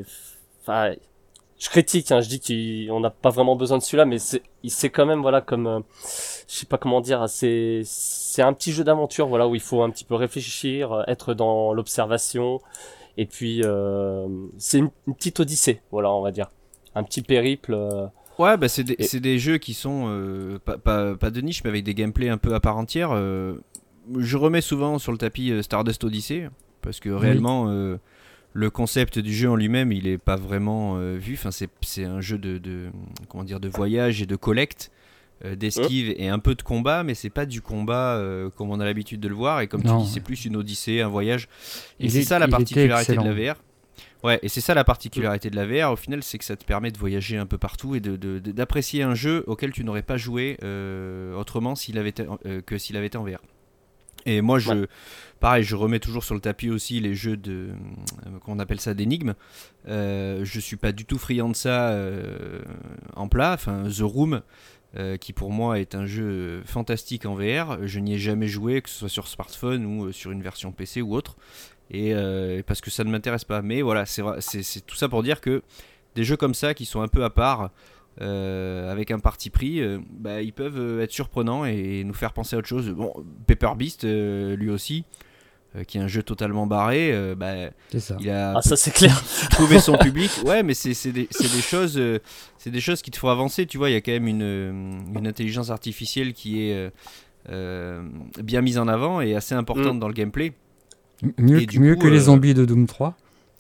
je critique, je dis qu'on n'a pas vraiment besoin de celui-là, mais c'est quand même je sais pas comment dire, c'est un petit jeu d'aventure où il faut un petit peu réfléchir, être dans l'observation, et puis c'est une petite odyssée, on va dire, un petit périple. C'est des jeux qui sont pas de niche, mais avec des gameplays un peu à part entière. Je remets souvent sur le tapis Stardust Odyssey, parce que réellement le concept du jeu en lui-même, il est pas vraiment vu. Enfin, c'est un jeu de voyage et de collecte, d'esquive et un peu de combat, mais c'est pas du combat comme on a l'habitude de le voir. Et comme tu dis, c'est plus une odyssée, un voyage. Et c'est ça la particularité de la VR. Ouais, et c'est ça la particularité de la VR, au final, c'est que ça te permet de voyager un peu partout et d'apprécier un jeu auquel tu n'aurais pas joué autrement s'il avait été en VR. Et moi, je remets toujours sur le tapis aussi les jeux qu'on appelle ça d'énigmes. Je suis pas du tout friand de ça en plat. Enfin, The Room, qui pour moi est un jeu fantastique en VR. Je n'y ai jamais joué, que ce soit sur smartphone ou sur une version PC ou autre. Et parce que ça ne m'intéresse pas. Mais voilà, c'est tout ça pour dire que des jeux comme ça qui sont un peu à part, avec un parti pris, ils peuvent être surprenants et nous faire penser à autre chose. Bon, Paper Beast, lui aussi, qui est un jeu totalement barré, c'est ça. Il a ça c'est clair. trouvé son public. Ouais, mais c'est des choses, qui te font avancer. Tu vois, il y a quand même une intelligence artificielle qui est bien mise en avant et assez importante dans le gameplay. Mieux que les zombies de Doom 3.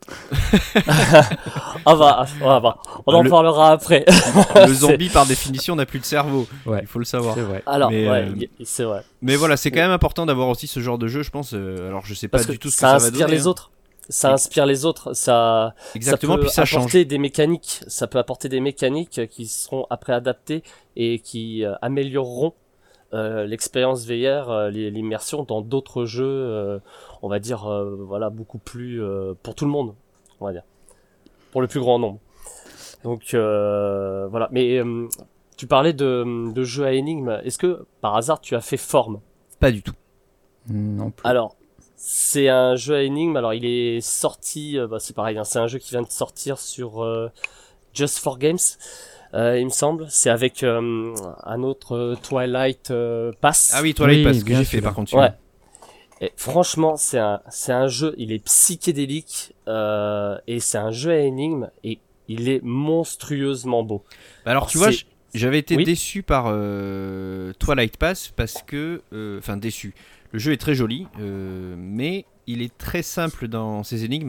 On en parlera après. Le zombie par définition n'a plus de cerveau, il faut le savoir. C'est vrai. Alors, c'est vrai. Mais voilà, c'est quand même important d'avoir aussi ce genre de jeu, je pense. Alors je sais pas du tout ce que ça ça va donner. Ça inspire les autres. Ça Exactement, peut puis ça apporter change. des mécaniques. Ça peut apporter des mécaniques qui seront après adaptées et qui amélioreront l'expérience VR, l'immersion dans d'autres jeux, on va dire, beaucoup plus pour tout le monde, on va dire, pour le plus grand nombre. Donc voilà. Mais tu parlais de jeux à énigmes. Est-ce que par hasard tu as fait Forme? Pas du tout. Non plus. Alors, c'est un jeu à énigmes. Alors, il est sorti. C'est pareil. C'est un jeu qui vient de sortir sur Just for Games. Il me semble, c'est avec un autre Twilight Pass. Ah oui, Twilight Pass que j'ai fait par contre. Ouais. Et franchement, c'est un jeu, il est psychédélique et c'est un jeu à énigmes et il est monstrueusement beau. Alors tu vois, j'avais été déçu par Twilight Pass parce que, déçu. Le jeu est très joli, mais il est très simple dans ses énigmes.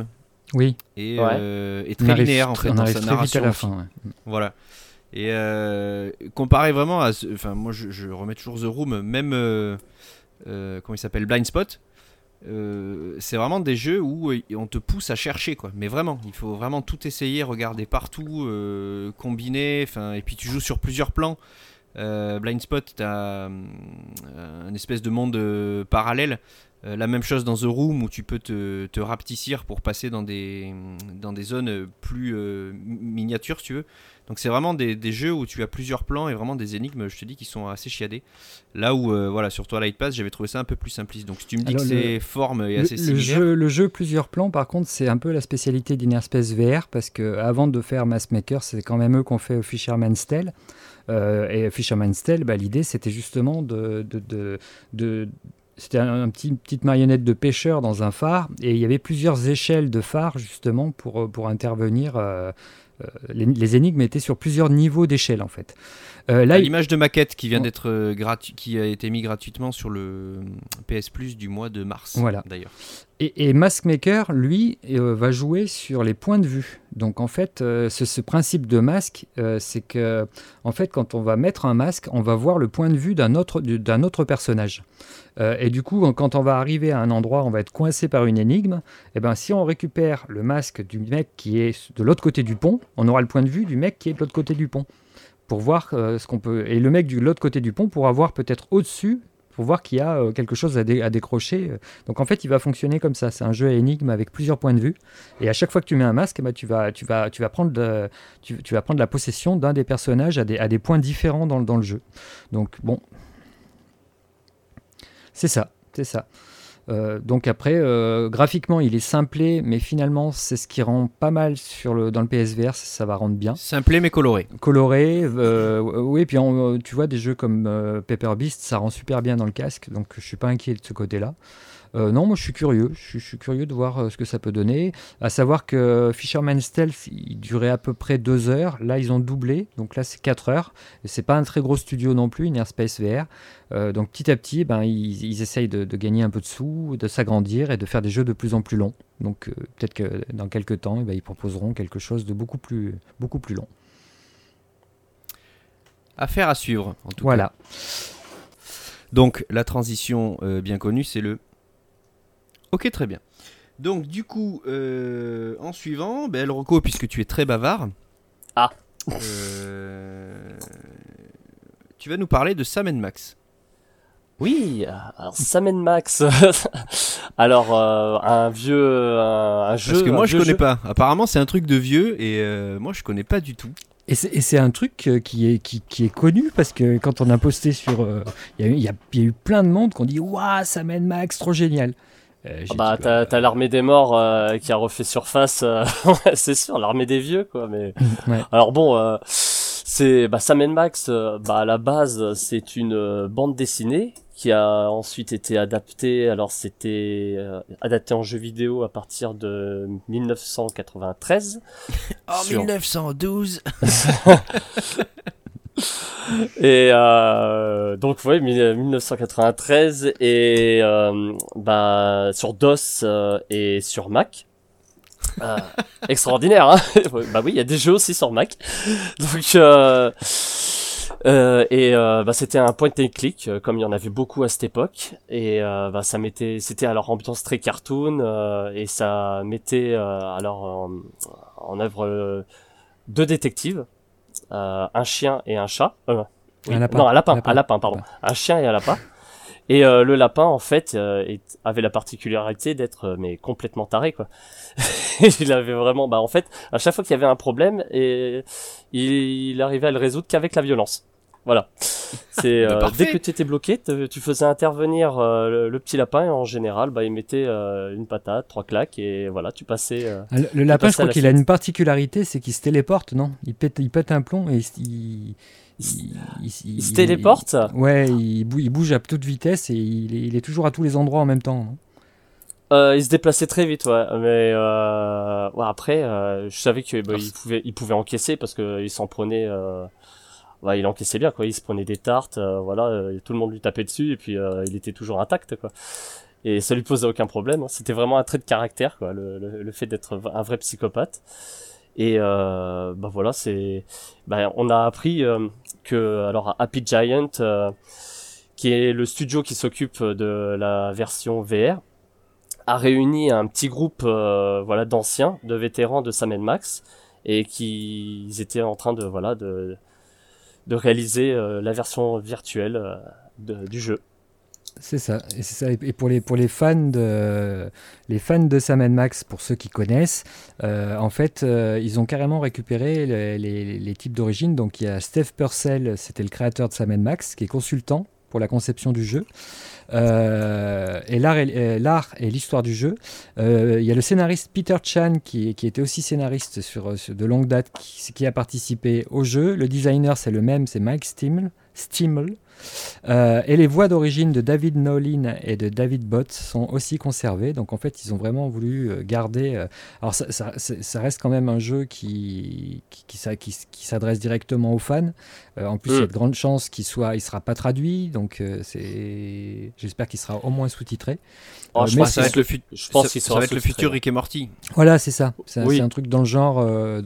Oui. Et, Ouais. et très linéaire en fait on dans arrive sa très vite à narration. la aussi. fin. Ouais. Voilà. Et comparé vraiment à, enfin moi je remets toujours The Room, même comment il s'appelle, Blind Spot. C'est vraiment des jeux où on te pousse à chercher quoi, mais vraiment il faut vraiment tout essayer, regarder partout, combiner, et puis tu joues sur plusieurs plans. Blind Spot, t'as un espèce de monde parallèle, la même chose dans The Room où tu peux te rapetissir pour passer dans des zones plus miniatures si tu veux. Donc c'est vraiment des jeux où tu as plusieurs plans et vraiment des énigmes, je te dis, qui sont assez chiadées. Là où, voilà, sur Twilight Pass, j'avais trouvé ça un peu plus simpliste. Donc si tu me dis que c'est forme et assez similaire... Le jeu plusieurs plans, par contre, c'est un peu la spécialité d'Innerspace VR, parce que avant de faire Maskmaker, c'est quand même eux qui ont fait Fisherman's Tale. Et Fisherman's Tale, l'idée, c'était justement c'était une petite marionnette de pêcheur dans un phare, et il y avait plusieurs échelles de phare, justement, pour intervenir... les énigmes étaient sur plusieurs niveaux d'échelle en fait. Là, l'image de maquette qui vient d'être qui a été mis gratuitement sur le PS Plus du mois de mars. Voilà. D'ailleurs. Et Maskmaker, lui, va jouer sur les points de vue. Donc en fait, ce principe de masque, c'est que en fait, quand on va mettre un masque, on va voir le point de vue d'un autre personnage. Et du coup, quand on va arriver à un endroit, on va être coincé par une énigme. Et ben, si on récupère le masque du mec qui est de l'autre côté du pont, on aura le point de vue du mec qui est de l'autre côté du pont. Pour voir ce qu'on peut. Et le mec de l'autre côté du pont pourra voir peut-être au-dessus, pour voir qu'il y a quelque chose à décrocher. Donc en fait, il va fonctionner comme ça. C'est un jeu à énigmes avec plusieurs points de vue. Et à chaque fois que tu mets un masque, tu vas prendre la possession d'un des personnages à des points différents dans le jeu. Donc bon, c'est ça. Donc après, graphiquement, il est simplé, mais finalement, c'est ce qui rend pas mal dans le PSVR, ça va rendre bien. Simplé mais coloré. Coloré, oui, puis tu vois, des jeux comme Paper Beast, ça rend super bien dans le casque, donc je suis pas inquiet de ce côté-là. Non, moi je suis curieux. Je suis curieux de voir ce que ça peut donner. À savoir que Fisherman's Tale, il durait à peu près 2 heures. Là, ils ont doublé. Donc là, c'est 4 heures. Et c'est pas un très gros studio non plus, Innerspace VR. Donc petit à petit, ils essayent de gagner un peu de sous, de s'agrandir et de faire des jeux de plus en plus longs. Donc peut-être que dans quelques temps, ils proposeront quelque chose de beaucoup plus long. Affaire à suivre, en tout cas. Voilà. Donc la transition bien connue, c'est le... Ok, très bien. Donc du coup, en suivant, El Rocco, puisque tu es très bavard, tu vas nous parler de Sam & Max. Oui, alors Sam & Max. Alors un jeu. Parce que moi je connais pas. Apparemment c'est un truc de vieux et moi je connais pas du tout. Et c'est un truc qui est connu parce que quand on a posté sur, il y a eu plein de monde qui ont dit waouh, Sam & Max, trop génial. T'as l'armée des morts qui a refait surface, c'est sûr, l'armée des vieux quoi. Mais ouais. alors bon, c'est Sam & Max. À la base, c'est une bande dessinée qui a ensuite été adaptée. Alors c'était adapté en jeu vidéo à partir de 1993. En 1912. Et donc ouais, 1993 et sur DOS et sur Mac. Extraordinaire, hein. Oui, il y a des jeux aussi sur Mac. Donc c'était un point and click comme il y en avait beaucoup à cette époque et c'était alors ambiance très cartoon et ça mettait en œuvre deux détectives. Un chien et un chat. Un lapin. Non, un lapin, pardon. Un chien et un lapin. Et le lapin, en fait, avait la particularité d'être complètement taré, quoi. Il avait vraiment, en fait, à chaque fois qu'il y avait un problème, et il arrivait à le résoudre qu'avec la violence. Voilà. C'est dès que tu étais bloqué, tu faisais intervenir le petit lapin et en général, il mettait une patate, 3 claques et voilà, tu passais. Le lapin, je crois qu'il a une particularité, c'est qu'il se téléporte, non ? Il pète un plomb et il se téléporte ? Ouais, il bouge à toute vitesse et il est toujours à tous les endroits en même temps. Non ? Il se déplaçait très vite, ouais. Mais après, je savais que il pouvait encaisser parce que il s'en prenait. Il encaissait bien, quoi. Il se prenait des tartes, tout le monde lui tapait dessus et puis il était toujours intact, quoi. et ça lui posait aucun problème. Hein. C'était vraiment un trait de caractère, quoi, le fait d'être un vrai psychopathe. Et bah voilà, on a appris que alors Happy Giant, qui est le studio qui s'occupe de la version VR, a réuni un petit groupe voilà d'anciens, de vétérans de Sam & Max, et qu'ils étaient en train de réaliser la version virtuelle du jeu. C'est ça. Et pour les fans de Sam & Max, pour ceux qui connaissent, en fait, ils ont carrément récupéré les types d'origine. Donc il y a Steve Purcell, c'était le créateur de Sam & Max, qui est consultant pour la conception du jeu. Et l'art et l'histoire du jeu. Il y a le scénariste Peter Chan qui était aussi scénariste sur de longue date, qui a participé au jeu. Le designer, c'est le même, c'est Mike Stimmel. Et les voix d'origine de David Nolin et de David Bott sont aussi conservées. Donc en fait, ils ont vraiment voulu garder. Alors ça reste quand même un jeu qui s'adresse directement aux fans. En plus, il y a de grandes chances qu'il sera pas traduit. Donc j'espère qu'il sera au moins sous-titré. Je pense qu'il ça va être le futur Rick et Morty. Voilà, c'est ça. C'est un truc dans le genre.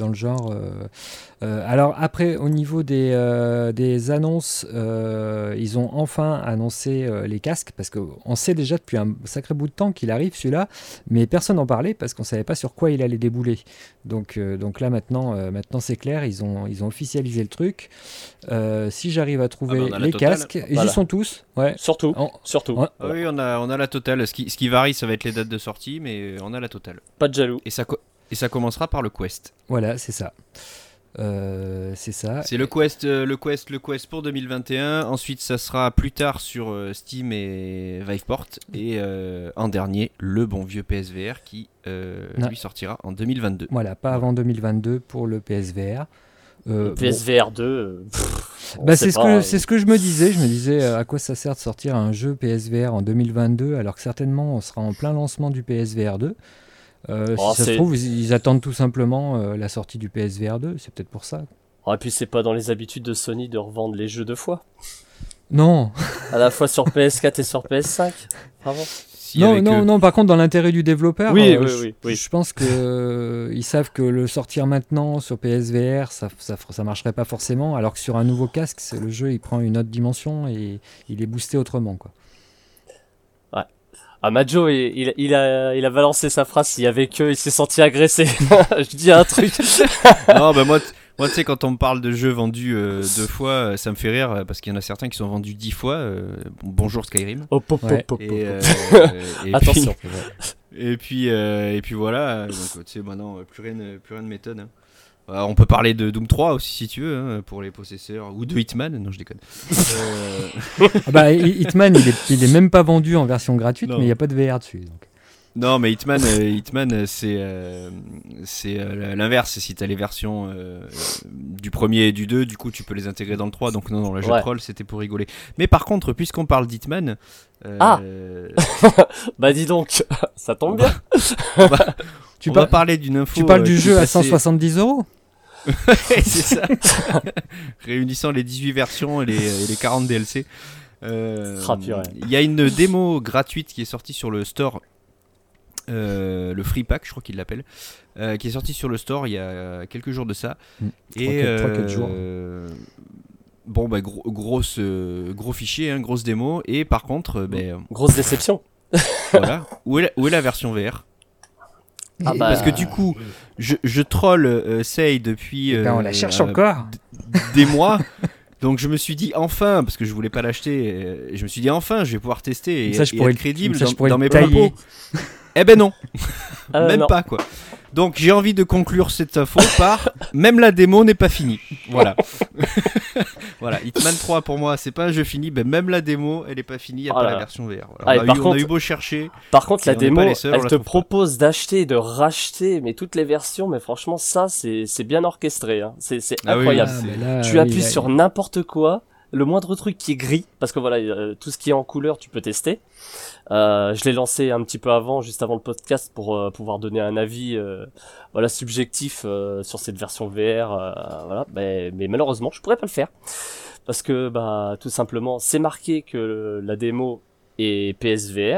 Alors après, au niveau des annonces, ils ont enfin annoncé les casques, parce qu'on sait déjà depuis un sacré bout de temps qu'il arrive celui-là, mais personne n'en parlait parce qu'on ne savait pas sur quoi il allait débouler. Donc là maintenant c'est clair, ils ont officialisé le truc. Si j'arrive à trouver les casques, ils y sont tous. Ouais. Surtout. Ouais. Oui, on a la totale. Ce qui varie, ça va être les dates de sortie, mais on a la totale. Pas de jaloux. Et ça commencera par le Quest. Voilà, c'est ça. C'est ça. C'est le Quest pour 2021. Ensuite, ça sera plus tard sur Steam et Viveport. Et en dernier, le bon vieux PSVR qui lui sortira en 2022. Voilà, pas avant 2022 pour le PSVR. Le PSVR 2. C'est ce que je me disais. Je me disais à quoi ça sert de sortir un jeu PSVR en 2022 alors que certainement on sera en plein lancement du PSVR 2. Si ça se trouve, ils attendent tout simplement la sortie du PSVR 2, c'est peut-être pour ça. Et puis c'est pas dans les habitudes de Sony de revendre les jeux deux fois. Non. À la fois sur PS4 et sur PS5. Bravo. Non, par contre, dans l'intérêt du développeur, oui. Je pense qu'ils savent que le sortir maintenant sur PSVR, ça marcherait pas forcément, alors que sur un nouveau casque, le jeu il prend une autre dimension et il est boosté autrement, quoi. Majo, il a balancé sa phrase, s'il y avait que, il s'est senti agressé. Je dis un truc. Non, moi tu sais, quand on me parle de jeux vendus 2 fois, ça me fait rire, parce qu'il y en a certains qui sont vendus 10 fois. Bonjour Skyrim. Attention. Et puis voilà, donc tu sais, maintenant, plus rien ne m'étonne. Hein. On peut parler de Doom 3 aussi si tu veux, hein, pour les possesseurs, ou de Hitman, non je déconne. Hitman il est même pas vendu en version gratuite, mais il n'y a pas de VR dessus. Donc. Non, mais Hitman c'est l'inverse, si tu as les versions du premier et du 2, du coup tu peux les intégrer dans le 3, donc non, le jeu de troll c'était pour rigoler. Mais par contre, puisqu'on parle d'Hitman... Bah dis donc, ça tombe bien. On va parler d'une info... Tu parles du jeu à 170 €. C'est ça. Réunissant les 18 versions et les 40 DLC. Il y a une démo gratuite qui est sortie sur le store, le Free Pack, je crois qu'il l'appelle, qui est sorti sur le store il y a quelques jours de ça. Et 3-4 jours. Bon, gros fichier, hein, grosse démo. Et par contre, grosse déception. Voilà. Où est la version VR? Parce que du coup, je troll Sei depuis on la cherche encore des mois. Donc je me suis dit enfin, parce que je voulais pas l'acheter, je me suis dit enfin je vais pouvoir tester et être crédible dans mes propos. Eh ben non, même pas quoi. Donc j'ai envie de conclure cette info par même la démo n'est pas finie. Voilà. Voilà, Hitman 3 pour moi c'est pas un jeu fini, même la démo elle est pas finie, il n'y a pas la version VR. Voilà. On a eu beau chercher. Par contre la démo elle te propose d'acheter et de racheter mais toutes les versions, mais franchement ça c'est bien orchestré, hein. C'est incroyable. Tu appuies sur n'importe quoi. Le moindre truc qui est gris, parce que voilà, tout ce qui est en couleur, tu peux tester. Je l'ai lancé un petit peu avant, juste avant le podcast, pour pouvoir donner un avis, subjectif sur cette version VR. Voilà, mais malheureusement, je pourrais pas le faire parce que, tout simplement, c'est marqué que la démo est PSVR,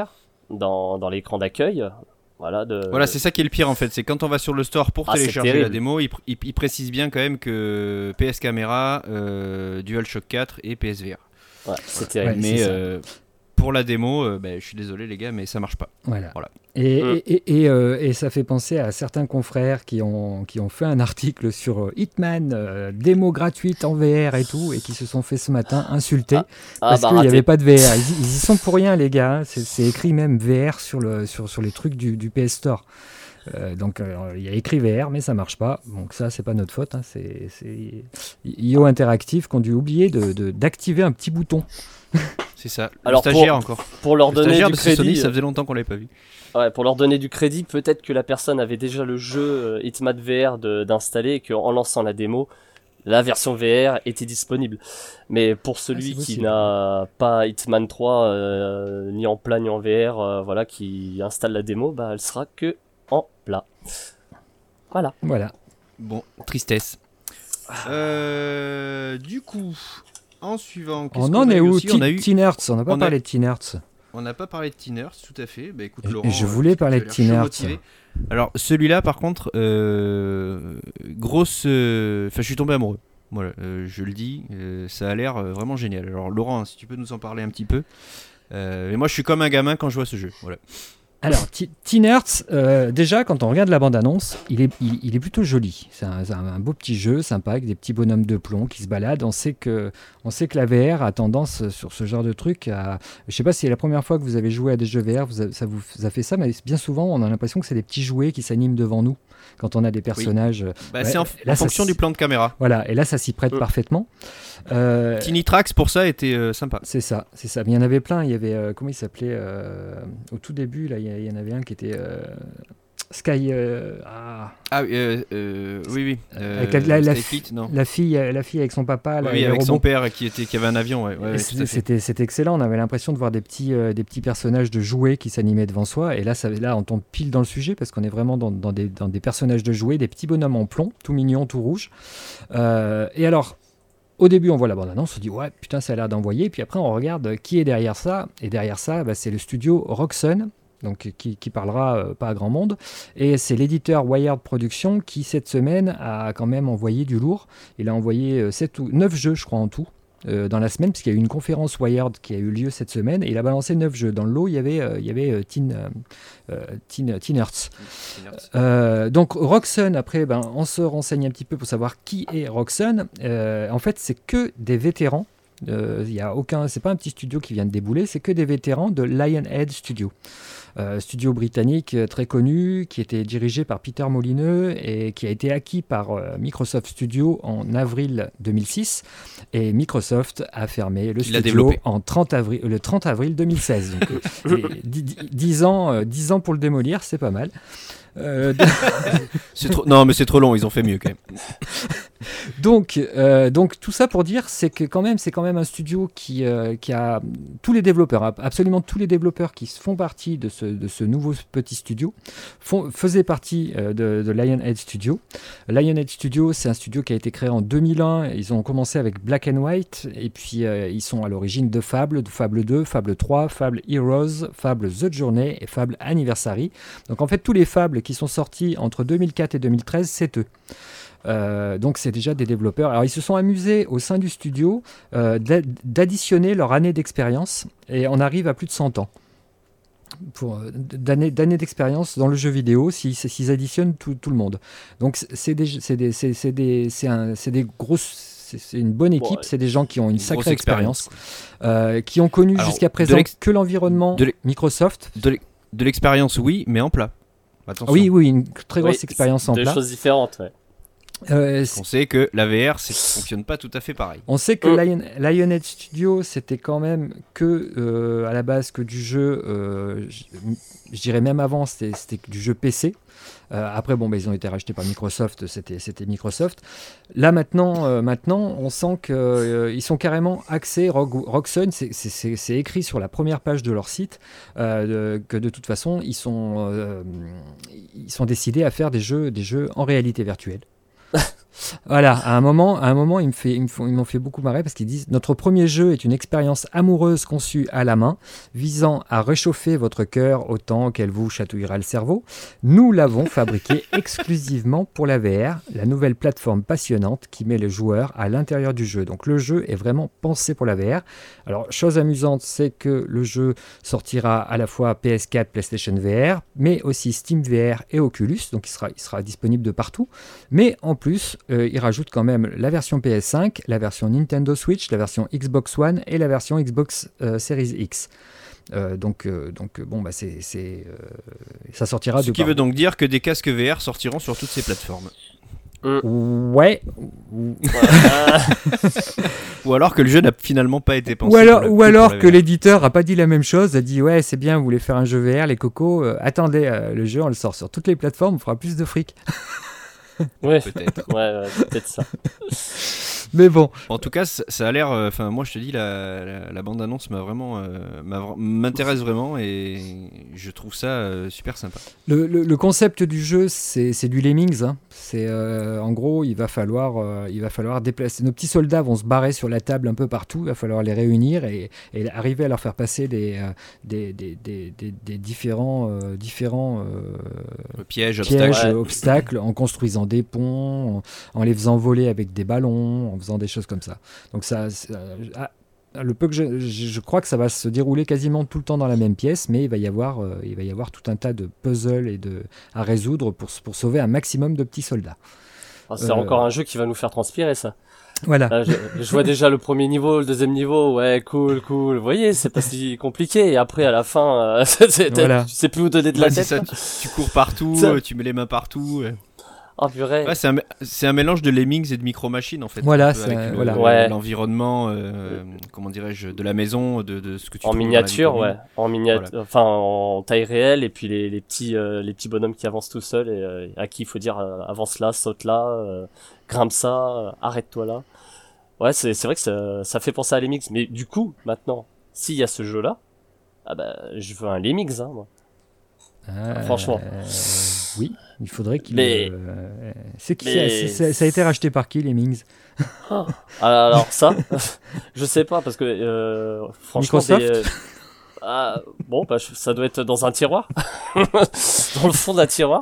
dans l'écran d'accueil. Voilà, c'est ça qui est le pire en fait, c'est quand on va sur le store pour télécharger la démo, il précise bien quand même que PS Camera, DualShock 4 et PSVR. Ouais, c'est terrible. Mais pour la démo, je suis désolé les gars, mais ça marche pas. Voilà. Et ça fait penser à certains confrères qui ont fait un article sur Hitman, démo gratuite en VR et tout, et qui se sont fait ce matin insulter parce qu'il n'y avait pas de VR. Ils y sont pour rien les gars, c'est écrit même VR sur les trucs du PS Store. Donc il y a écrit VR mais ça marche pas, donc ça c'est pas notre faute, hein. C'est IO Interactive qui ont dû oublier d'activer un petit bouton. C'est ça. Alors le stagiaire encore. Pour leur donner du crédit, Sony, ça faisait longtemps qu'on l'avait pas vu. Ouais, pour leur donner du crédit, peut-être que la personne avait déjà le jeu Hitman VR d'installer et qu'en lançant la démo, la version VR était disponible. Mais pour celui qui n'a pas Hitman 3 ni en plat ni en VR, qui installe la démo, elle sera que en plat. Voilà. Bon, tristesse. Du coup, en suivant, on en est où? Teen Hearts, on n'a pas parlé de Teen Hearts. On n'a pas parlé de Teen Hearts, tout à fait. Écoute, et Laurent, je voulais parler de Teen Hearts. Alors, celui-là, par contre, grosse... je suis tombé amoureux. Voilà, je le dis, ça a l'air vraiment génial. Alors, Laurent, si tu peux nous en parler un petit peu. Et moi, je suis comme un gamin quand je vois ce jeu. Voilà. Alors, Teen Hearts, déjà, quand on regarde la bande-annonce, il est plutôt joli. C'est un beau petit jeu, sympa, avec des petits bonhommes de plomb qui se baladent. On sait que la VR a tendance, sur ce genre de truc, à... Je sais pas si c'est la première fois que vous avez joué à des jeux VR, ça vous a fait ça, mais bien souvent, on a l'impression que c'est des petits jouets qui s'animent devant nous, quand on a des personnages... Oui. C'est en fonction du plan de caméra. Voilà, et là, ça s'y prête parfaitement. Tinitrax, pour ça, était sympa. C'est ça. Mais il y en avait plein. Il y avait, comment il s'appelait au tout début, là, il y en avait un qui était Sky. Oui. Avec la fille avec son papa. Avec son père qui avait un avion. C'était excellent. On avait l'impression de voir des petits personnages de jouets qui s'animaient devant soi. Et là, on tombe pile dans le sujet parce qu'on est vraiment dans des personnages de jouets, des petits bonhommes en plomb, tout mignons, tout rouges. Et alors. Au début, on voit la bande-annonce, on se dit « Ouais, putain, ça a l'air d'envoyer ». Et puis après, on regarde qui est derrière ça. Et derrière ça, c'est le studio Roxxon, donc qui parlera pas à grand monde. Et c'est l'éditeur Wired Productions qui, cette semaine, a quand même envoyé du lourd. Il a envoyé 9 jeux, je crois, en tout. Dans la semaine, puisqu'il y a eu une conférence Wired qui a eu lieu cette semaine, et il a balancé 9 jeux. Dans le lot, il y avait Teen Hearts. Donc Roxxon, après, on se renseigne un petit peu pour savoir qui est Roxxon. En fait, c'est que des vétérans. C'est pas un petit studio qui vient de débouler, c'est que des vétérans de Lionhead Studio. Studio britannique très connu, qui était dirigé par Peter Molineux et qui a été acquis par Microsoft Studio en avril 2006. Et Microsoft a fermé le studio le 30 avril 2016. Donc, 10 ans pour le démolir, c'est pas mal. Non, mais c'est trop long, ils ont fait mieux quand même. Donc tout ça pour dire, c'est quand même un studio qui a tous les développeurs, absolument tous les développeurs qui font partie de ce nouveau petit studio faisaient partie de Lionhead Studio. Lionhead Studio, c'est un studio qui a été créé en 2001. Ils ont commencé avec Black and White et puis ils sont à l'origine de Fable 2, Fable 3, Fable Heroes, Fable The Journey et Fable Anniversary. Donc en fait tous les Fables qui sont sortis entre 2004 et 2013, c'est eux. Donc c'est déjà des développeurs. Alors ils se sont amusés au sein du studio d'additionner leur année d'expérience et on arrive à plus de 100 ans d'années d'expérience dans le jeu vidéo s'ils additionnent tout le monde. Donc c'est une bonne équipe, c'est des gens qui ont une sacrée expérience, qui ont connu jusqu'à présent que l'environnement Microsoft. De l'expérience, oui, mais en plat. Attention. Oui, une très grosse expérience en plat. Deux choses différentes, ouais. On sait que la VR ça fonctionne pas tout à fait pareil. On sait que Lionhead Studio c'était quand même que à la base que du jeu, je dirais même avant c'était du jeu PC. Après ils ont été rachetés par Microsoft, c'était Microsoft. Là maintenant on sent qu'ils sont carrément axés. Roxxon, c'est écrit sur la première page de leur site que de toute façon ils sont décidés à faire des jeux en réalité virtuelle. Voilà, à un moment, ils m'ont fait beaucoup marrer parce qu'ils disent: notre premier jeu est une expérience amoureuse conçue à la main, visant à réchauffer votre cœur autant qu'elle vous chatouillera le cerveau. Nous l'avons fabriqué exclusivement pour la VR, la nouvelle plateforme passionnante qui met le joueur à l'intérieur du jeu. Donc le jeu est vraiment pensé pour la VR. Alors, chose amusante, c'est que le jeu sortira à la fois PS4, PlayStation VR, mais aussi Steam VR et Oculus, donc il sera disponible de partout. Mais en plus, il rajoute quand même la version PS5, la version Nintendo Switch, la version Xbox One et la version Xbox Series X. Donc bon, bah ça sortira. Ce qui veut donc dire que des casques VR sortiront sur toutes ces plateformes. Ouais. Ou alors que le jeu n'a finalement pas été pensé. Ou alors que l'éditeur a pas dit la même chose, a dit ouais c'est bien, vous voulez faire un jeu VR les cocos, attendez, le jeu on le sort sur toutes les plateformes, on fera plus de fric. Ouais, peut-être. Ouais, peut-être ça. Mais bon. En tout cas, ça a l'air. Enfin, moi, je te dis, la bande-annonce m'intéresse vraiment et je trouve ça super sympa. Le concept du jeu, c'est du Lemmings. Hein. C'est en gros, il va falloir déplacer. Nos petits soldats vont se barrer sur la table un peu partout. Il va falloir les réunir et arriver à leur faire passer des différents pièges, obstacles, en construisant des ponts, en les faisant voler avec des ballons, en faisant des choses comme ça. Donc le peu que je crois que ça va se dérouler quasiment tout le temps dans la même pièce, mais il va y avoir tout un tas de puzzles à résoudre pour sauver un maximum de petits soldats. C'est encore un jeu qui va nous faire transpirer, ça. Voilà. Là, je vois déjà le premier niveau, le deuxième niveau, ouais, cool. Vous voyez, c'est pas si compliqué. Et après, à la fin, voilà. Tu sais plus où donner de la tête. Ça, tu cours partout, tu mets les mains partout. Oh purée. Ouais, c'est un mélange de Lemmings et de Micro Machines en fait. Voilà, avec l'environnement, comment dirais-je, de la maison, de ce que tu en trouves miniature, dans la vie ouais, en miniature, voilà. Enfin en taille réelle, et puis les petits bonhommes qui avancent tout seuls et à qui il faut dire avance là, saute là, grimpe ça, arrête-toi là. Ouais, c'est vrai que ça fait penser à Lemmings, mais du coup maintenant, s'il y a ce jeu là, ah bah je veux un Lemmings, hein, moi. Franchement. Oui, il faudrait qu'il. Ça a été racheté par qui, Lemmings? Alors ça, je sais pas parce que franchement, Microsoft. Bon, bah, ça doit être dans un tiroir, dans le fond d'un tiroir.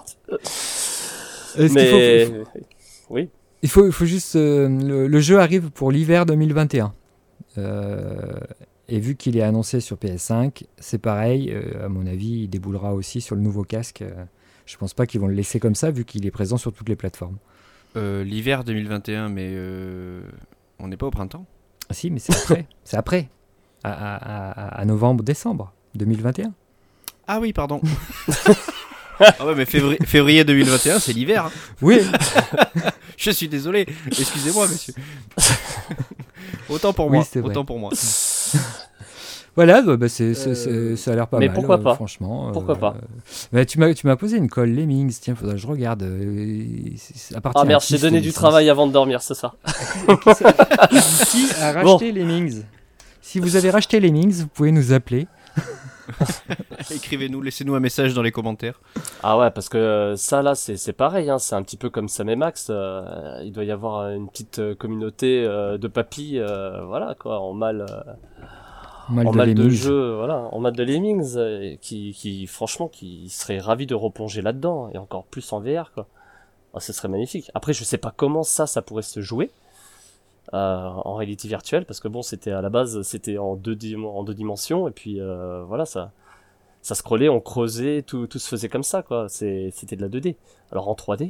Mais oui. Il faut juste. Le jeu arrive pour l'hiver 2021. Et vu qu'il est annoncé sur PS5, c'est pareil. À mon avis, il déboulera aussi sur le nouveau casque. Je pense pas qu'ils vont le laisser comme ça, vu qu'il est présent sur toutes les plateformes. L'hiver 2021, mais on n'est pas au printemps. Ah, si, mais c'est après. C'est après. À novembre-décembre 2021. Ah oui, pardon. Ah ouais, mais février 2021, c'est l'hiver. Hein. Oui. Je suis désolé. Excusez-moi, monsieur. Autant pour moi. Autant pour moi. Voilà, ça a l'air pas mal. Mais pourquoi pas, franchement. Pourquoi pas. Tu m'as posé une colle Lemmings. Tiens, faudrait que je regarde. Ah merde, j'ai donné du travail avant de dormir, c'est ça. Qui a racheté Lemmings? Si vous avez racheté Lemmings, vous pouvez nous appeler. Écrivez-nous, laissez-nous un message dans les commentaires. Ah ouais, parce que ça là, c'est pareil, hein, c'est un petit peu comme Sam et Max. Il doit y avoir une petite communauté de papis, voilà quoi, en mal de jeu, voilà, en mal de Lemmings, qui franchement, qui serait ravi de replonger là-dedans et encore plus en VR quoi. Oh, ce serait magnifique. Après, je sais pas comment ça pourrait se jouer. En réalité virtuelle, parce que bon, c'était à la base, c'était en deux dimensions, et puis voilà, ça scrollait, on creusait, tout se faisait comme ça, quoi. C'était de la 2D. Alors en 3D,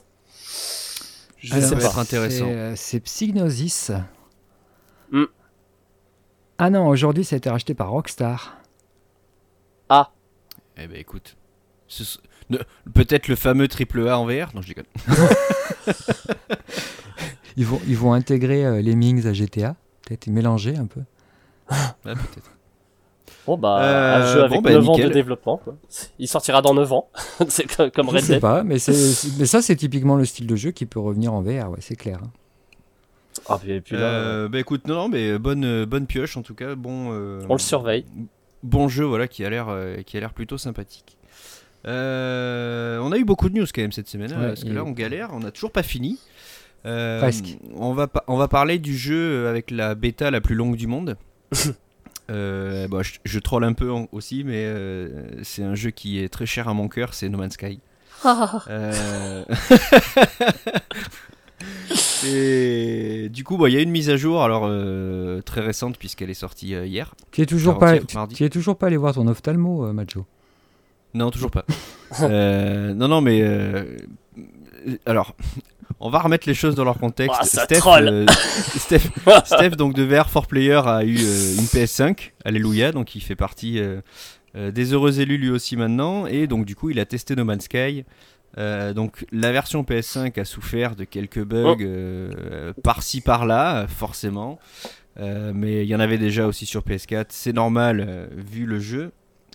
ça va être intéressant. C'est Psygnosis. Ah non, aujourd'hui, ça a été racheté par Rockstar. Ah. Eh ben écoute, peut-être le fameux AAA en VR. Non, je déconne. Ils vont intégrer Lemmings à GTA, peut-être mélanger un peu. Ouais, peut-être. Bon un jeu avec 9 ans de développement, quoi. Il sortira dans 9 ans. C'est comme Red Dead. Je sais pas, mais ça c'est typiquement le style de jeu qui peut revenir en VR, ouais, c'est clair. Hein. Ah et puis là, bah écoute, non mais bonne pioche en tout cas, bon. On le surveille. Bon jeu, voilà, qui a l'air plutôt sympathique. On a eu beaucoup de news quand même cette semaine, parce que là on galère, on n'a toujours pas fini. Presque. On va parler du jeu avec la bêta la plus longue du monde. Je troll un peu aussi, mais c'est un jeu qui est très cher à mon cœur, c'est No Man's Sky. Et du coup, il y a une mise à jour, alors très récente puisqu'elle est sortie hier. Tu es toujours pas allé voir ton ophtalmo, Majo? Non, toujours pas. Non, mais alors, on va remettre les choses dans leur contexte. Steph, donc de VR4Player, a eu une PS5, alléluia, donc il fait partie des heureux élus lui aussi maintenant, et donc du coup il a testé No Man's Sky. Donc la version PS5 a souffert de quelques bugs par-ci par-là, forcément, mais il y en avait déjà aussi sur PS4, c'est normal vu le jeu.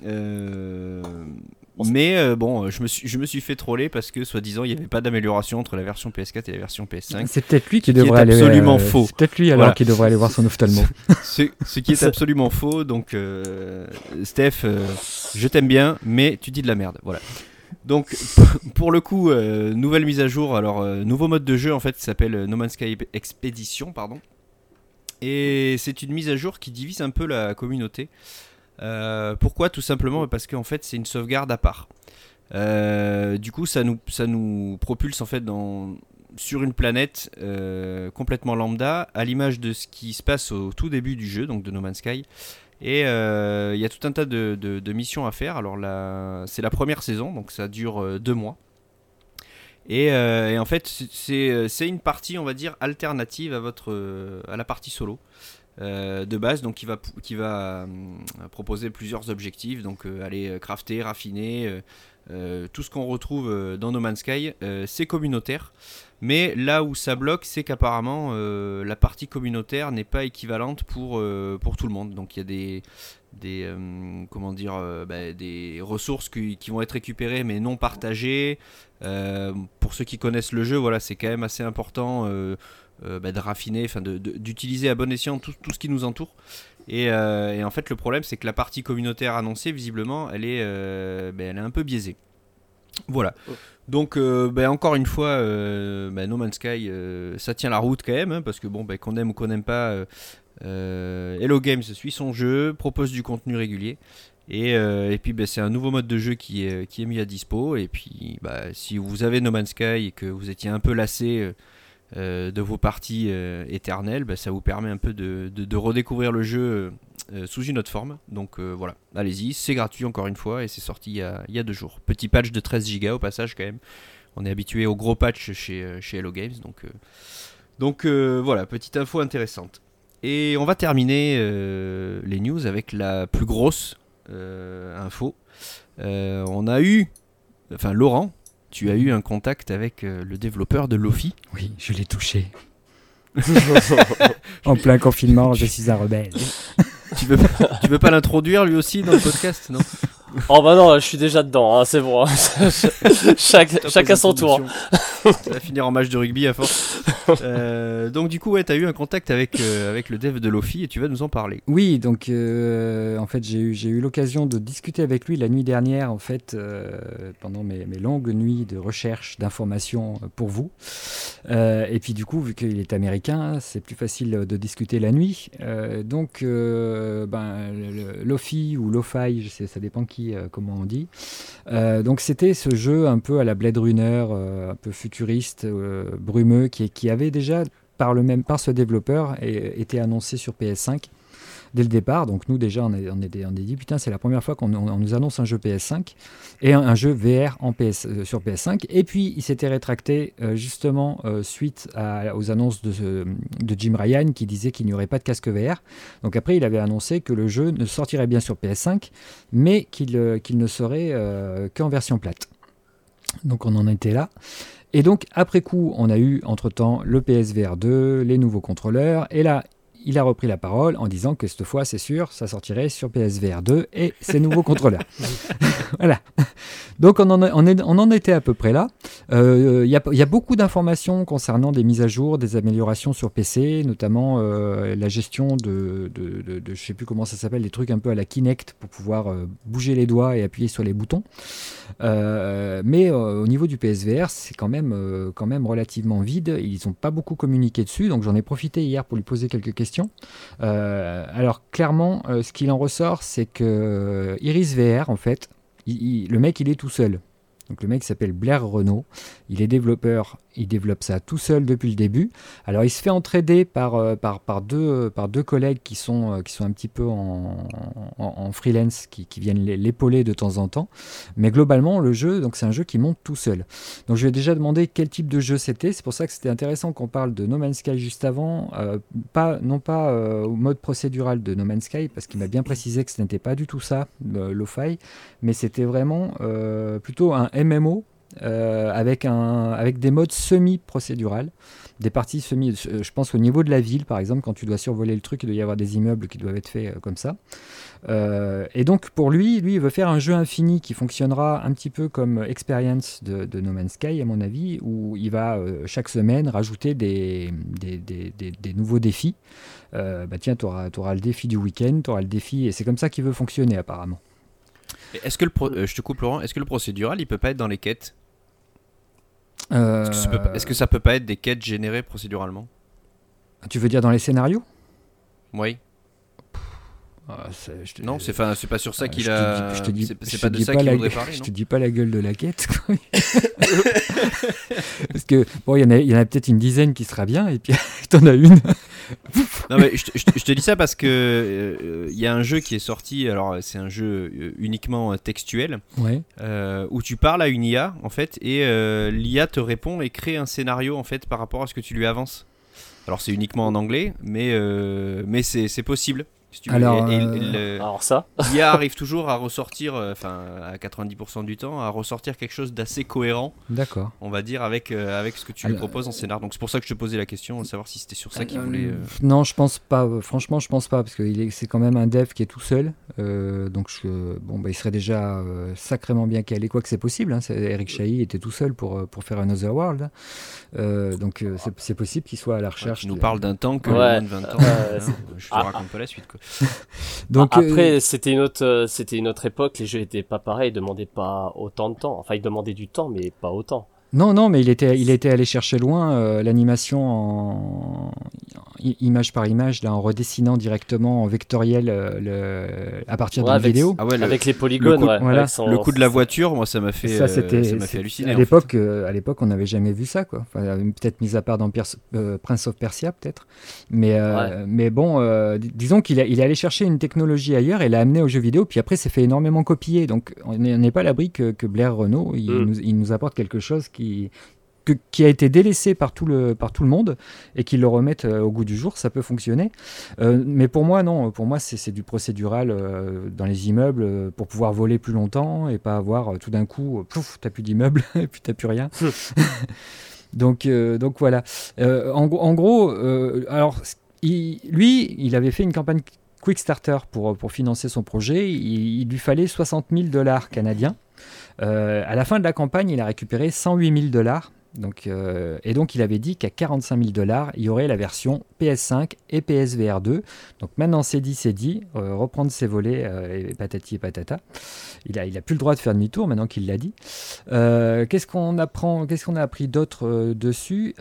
Mais je me suis fait troller parce que soi-disant il n'y avait pas d'amélioration entre la version PS4 et la version PS5. C'est peut-être lui qui devrait aller. Absolument faux. C'est peut-être lui alors qui devrait aller voir son ophtalmo. Ce qui est absolument faux. Donc Steph, je t'aime bien, mais tu dis de la merde. Voilà. Donc pour le coup, nouvelle mise à jour. Alors nouveau mode de jeu en fait qui s'appelle No Man's Sky Expedition, pardon. Et c'est une mise à jour qui divise un peu la communauté. Pourquoi? Tout simplement parce qu'en fait c'est une sauvegarde à part. Du coup ça nous propulse en fait sur une planète complètement lambda, à l'image de ce qui se passe au tout début du jeu, donc de No Man's Sky. Et il y a tout un tas de missions à faire. Alors là, c'est la première saison, donc ça dure 2 mois. Et en fait c'est une partie, on va dire, alternative à la partie solo. De base, donc qui va proposer plusieurs objectifs, donc aller crafter, raffiner, tout ce qu'on retrouve dans No Man's Sky, c'est communautaire. Mais là où ça bloque, c'est qu'apparemment la partie communautaire n'est pas équivalente pour tout le monde. Donc il y a des ressources qui vont être récupérées mais non partagées. Pour ceux qui connaissent le jeu, voilà, c'est quand même assez important de raffiner, d'utiliser à bon escient tout ce qui nous entoure. Et en fait le problème c'est que la partie communautaire annoncée visiblement elle est un peu biaisée. Voilà. Donc encore une fois No Man's Sky ça tient la route quand même, hein, parce que qu'on aime ou qu'on n'aime pas, Hello Games suit son jeu, propose du contenu régulier. Et puis c'est un nouveau mode de jeu qui est mis à dispo. Et puis si vous avez No Man's Sky et que vous étiez un peu lassé de vos parties éternelles, ça vous permet un peu de redécouvrir le jeu sous une autre forme. Donc voilà, allez-y, c'est gratuit encore une fois et c'est sorti il y a 2 jours. Petit patch de 13 Go au passage quand même. On est habitué aux gros patchs chez Hello Games, donc voilà, petite info intéressante. Et on va terminer les news avec la plus grosse info. On a eu, Laurent, tu as eu un contact avec le développeur de Lofi. Oui, je l'ai touché. En plein confinement, je suis un rebelle. Tu veux pas l'introduire lui aussi dans le podcast, non? Oh bah non, je suis déjà dedans, hein, c'est bon. Chacun son tour. Ça va finir en match de rugby à force. Donc du coup, t'as eu un contact avec le dev de Lofi et tu vas nous en parler. Oui, donc en fait, j'ai eu l'occasion de discuter avec lui la nuit dernière, en fait, pendant mes longues nuits de recherche d'informations pour vous. Et puis du coup, vu qu'il est américain, c'est plus facile de discuter la nuit. Donc, Lofi ou Lo-Fi, je sais, ça dépend comment on dit. Donc c'était ce jeu un peu à la Blade Runner, un peu futuriste, brumeux, qui avait déjà par ce développeur été annoncé sur PS5 dès le départ. Donc nous déjà on est dit putain, c'est la première fois qu'on nous annonce un jeu PS5 et un jeu VR sur PS5. Et puis il s'était rétracté justement suite aux annonces de Jim Ryan qui disait qu'il n'y aurait pas de casque VR. Donc après il avait annoncé que le jeu ne sortirait bien sur PS5 mais qu'il ne serait qu'en version plate. Donc on en était là. Et donc après coup on a eu entre-temps le PSVR 2, les nouveaux contrôleurs, et là il a repris la parole en disant que cette fois, c'est sûr, ça sortirait sur PSVR 2 et ses nouveaux contrôleurs. Voilà. Donc, on en était à peu près là. Il y a beaucoup d'informations concernant des mises à jour, des améliorations sur PC, notamment la gestion de je ne sais plus comment ça s'appelle, des trucs un peu à la Kinect pour pouvoir bouger les doigts et appuyer sur les boutons. Mais au niveau du PSVR, c'est quand même relativement vide. Ils n'ont pas beaucoup communiqué dessus, donc j'en ai profité hier pour lui poser quelques questions. Alors clairement, ce qu'il en ressort, c'est que Iris VR, en fait, le mec, il est tout seul. Donc le mec s'appelle Blair Renault, il est développeur, il développe ça tout seul depuis le début. Alors il se fait entraider par deux collègues qui sont un petit peu en freelance, qui viennent l'épauler de temps en temps. Mais globalement le jeu, donc c'est un jeu qui monte tout seul. Donc je lui ai déjà demandé quel type de jeu c'était. C'est pour ça que c'était intéressant qu'on parle de No Man's Sky juste avant, non pas au mode procédural de No Man's Sky, parce qu'il m'a bien précisé que ce n'était pas du tout ça, lo-fi, mais c'était vraiment plutôt un MMO avec des modes semi-procédurales, des parties semi. Je pense au niveau de la ville, par exemple, quand tu dois survoler le truc, il doit y avoir des immeubles qui doivent être faits comme ça. Et donc pour lui, il veut faire un jeu infini qui fonctionnera un petit peu comme Experience de No Man's Sky, à mon avis, où il va chaque semaine rajouter des nouveaux défis. Tiens, tu auras le défi du week-end, tu auras le défi, et c'est comme ça qu'il veut fonctionner apparemment. Est-ce que je te coupe Laurent, est-ce que le procédural il peut pas être dans les quêtes ? Est-ce que ça peut pas être des quêtes générées procéduralement ? Tu veux dire dans les scénarios ? Oui. Non, c'est pas sur ça qu'il a. C'est pas de ça qu'il voudrait parler. Je te dis pas la gueule de la quête. Parce que bon, il y en a peut-être une dizaine qui sera bien, et puis t'en as une. Non mais je te dis ça parce que y a un jeu qui est sorti. Alors c'est un jeu uniquement textuel, ouais. Où tu parles à une IA en fait, et l'IA te répond et crée un scénario en fait par rapport à ce que tu lui avances. Alors c'est uniquement en anglais, mais c'est possible. Si tu veux. Alors ça, l'IA arrive toujours à ressortir, à 90% du temps, à ressortir quelque chose d'assez cohérent. D'accord. On va dire avec ce que tu lui proposes en scénar. Donc c'est pour ça que je te posais la question, savoir si c'était sur ça qu'il voulait. Non, je pense pas. Franchement, je pense pas, parce que c'est quand même un dev qui est tout seul. Donc il serait déjà sacrément bien calé, quoi que c'est possible. Hein. Eric Chahi était tout seul pour faire Another World. Donc c'est possible qu'il soit à la recherche. Tu nous parles d'un temps que moins de 20 ans. Je te raconte pas la suite, quoi. Donc après c'était une autre époque, les jeux étaient pas pareils, ils demandaient pas autant de temps. Enfin, ils demandaient du temps, mais pas autant. Non, mais il était allé chercher loin l'animation image par image, là, en redessinant directement en vectoriel à partir d'une vidéo. Avec les polygones, le coup de la voiture, moi, ça m'a fait halluciner. À l'époque, on n'avait jamais vu ça, quoi. Enfin, peut-être mis à part dans Prince of Persia, peut-être. Mais bon, disons qu'il est allé chercher une technologie ailleurs et l'a amené aux jeux vidéo, puis après, c'est fait énormément copier. Donc, on n'est pas à l'abri que Blair Renault, il nous apporte quelque chose qui a été délaissé par tout le monde, et qu'ils le remettent au goût du jour. Ça peut fonctionner, mais pour moi non, pour moi c'est du procédural dans les immeubles, pour pouvoir voler plus longtemps et pas avoir tout d'un coup t'as plus d'immeuble et puis t'as plus rien. donc voilà, en gros, alors il avait fait une campagne Quickstarter pour financer son projet. Il lui fallait $60,000 canadiens. À la fin de la campagne, il a récupéré $108,000. Donc il avait dit qu'à $45,000, il y aurait la version PS5 et PSVR 2. Donc maintenant c'est dit, reprendre ses volets et patati et patata. Il a plus le droit de faire demi-tour maintenant qu'il l'a dit. Qu'est-ce qu'on a appris d'autre dessus?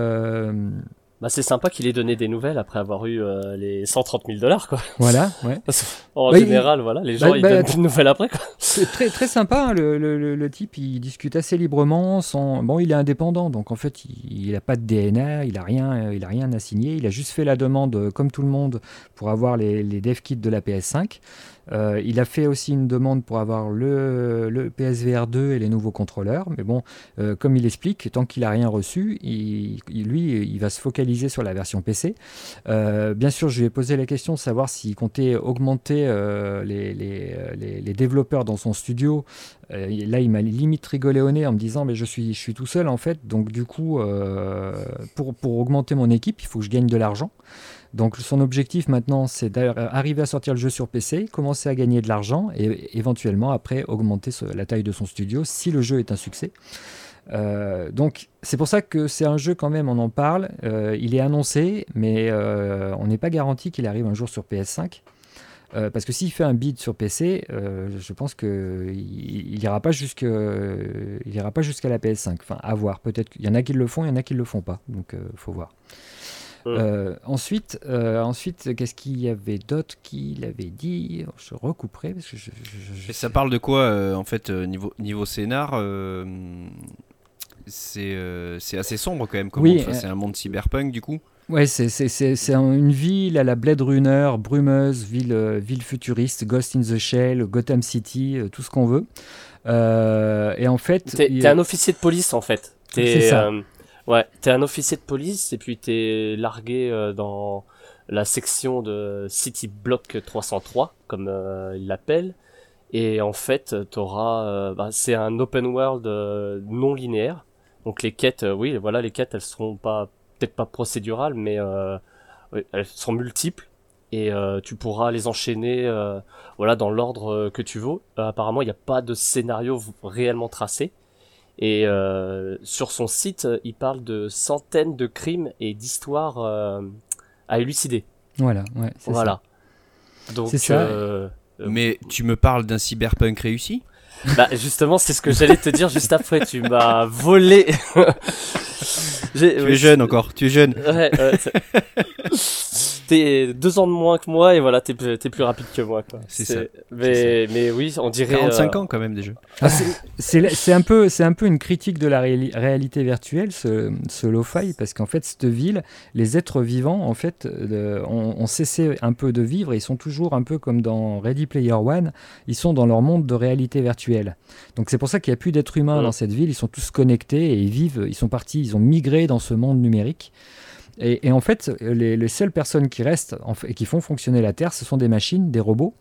C'est sympa qu'il ait donné des nouvelles après avoir eu les $130,000, quoi. Voilà, ouais. En général, les gens ils donnent des nouvelles après, quoi. C'est très très sympa, hein, le type, il discute assez librement. Il est indépendant, donc en fait il a pas de DNA, il a rien à signer. Il a juste fait la demande comme tout le monde pour avoir les dev kits de la PS5. Il a fait aussi une demande pour avoir le PSVR 2 et les nouveaux contrôleurs, mais bon, comme il explique, tant qu'il n'a rien reçu, il va se focaliser sur la version PC. Bien sûr, je lui ai posé la question de savoir s'il comptait augmenter les développeurs dans son studio. Là, il m'a limite rigolé au nez en me disant mais je suis tout seul en fait, donc du coup, pour augmenter mon équipe, il faut que je gagne de l'argent. Donc son objectif maintenant, c'est d'arriver à sortir le jeu sur PC, commencer à gagner de l'argent et éventuellement après augmenter la taille de son studio si le jeu est un succès. Donc c'est pour ça que c'est un jeu quand même, on en parle, il est annoncé, mais on n'est pas garanti qu'il arrive un jour sur PS5. Parce que s'il fait un bid sur PC, je pense qu'il ira pas jusqu'à la PS5. Enfin, à voir. Peut-être qu'il y en a qui le font, il y en a qui le font pas. Donc, faut voir. Ensuite, qu'est-ce qu'il y avait d'autre qui l'avait dit? Je recouperai parce que Et ça parle de quoi en fait niveau scénar c'est assez sombre quand même. C'est un monde cyberpunk du coup. Ouais, c'est une ville à la Blade Runner, brumeuse, ville futuriste, Ghost in the Shell, Gotham City, tout ce qu'on veut. Et en fait, t'es un officier de police en fait. C'est ça. Ouais, t'es un officier de police et puis t'es largué dans la section de City Block 303, comme ils l'appellent. Et en fait, c'est un open world non linéaire. Donc les quêtes, les quêtes, elles seront peut-être pas procédurales, mais elles sont multiples. Et tu pourras les enchaîner dans l'ordre que tu veux. Apparemment, il n'y a pas de scénario réellement tracé. Et sur son site, il parle de centaines de crimes et d'histoires à élucider. Voilà, ouais, c'est ça. Donc, c'est ça. Mais tu me parles d'un cyberpunk réussi ? Bah justement, c'est ce que j'allais te dire juste après. Tu m'as volé. Tu es jeune encore, tu es jeune. Ouais. T'es 2 ans de moins que moi et voilà, t'es plus rapide que moi, quoi. C'est ça. Mais oui, on dirait 45 ans quand même déjà. C'est un peu une critique de la réalité virtuelle, ce lo-fi, parce qu'en fait cette ville, les êtres vivants en fait ont cessé un peu de vivre et ils sont toujours un peu comme dans Ready Player One, ils sont dans leur monde de réalité virtuelle. Donc c'est pour ça qu'il n'y a plus d'êtres humains dans cette ville, ils sont tous connectés et ils ont migré dans ce monde numérique. Et en fait, les seules personnes qui restent et qui font fonctionner la Terre, ce sont des machines, des robots.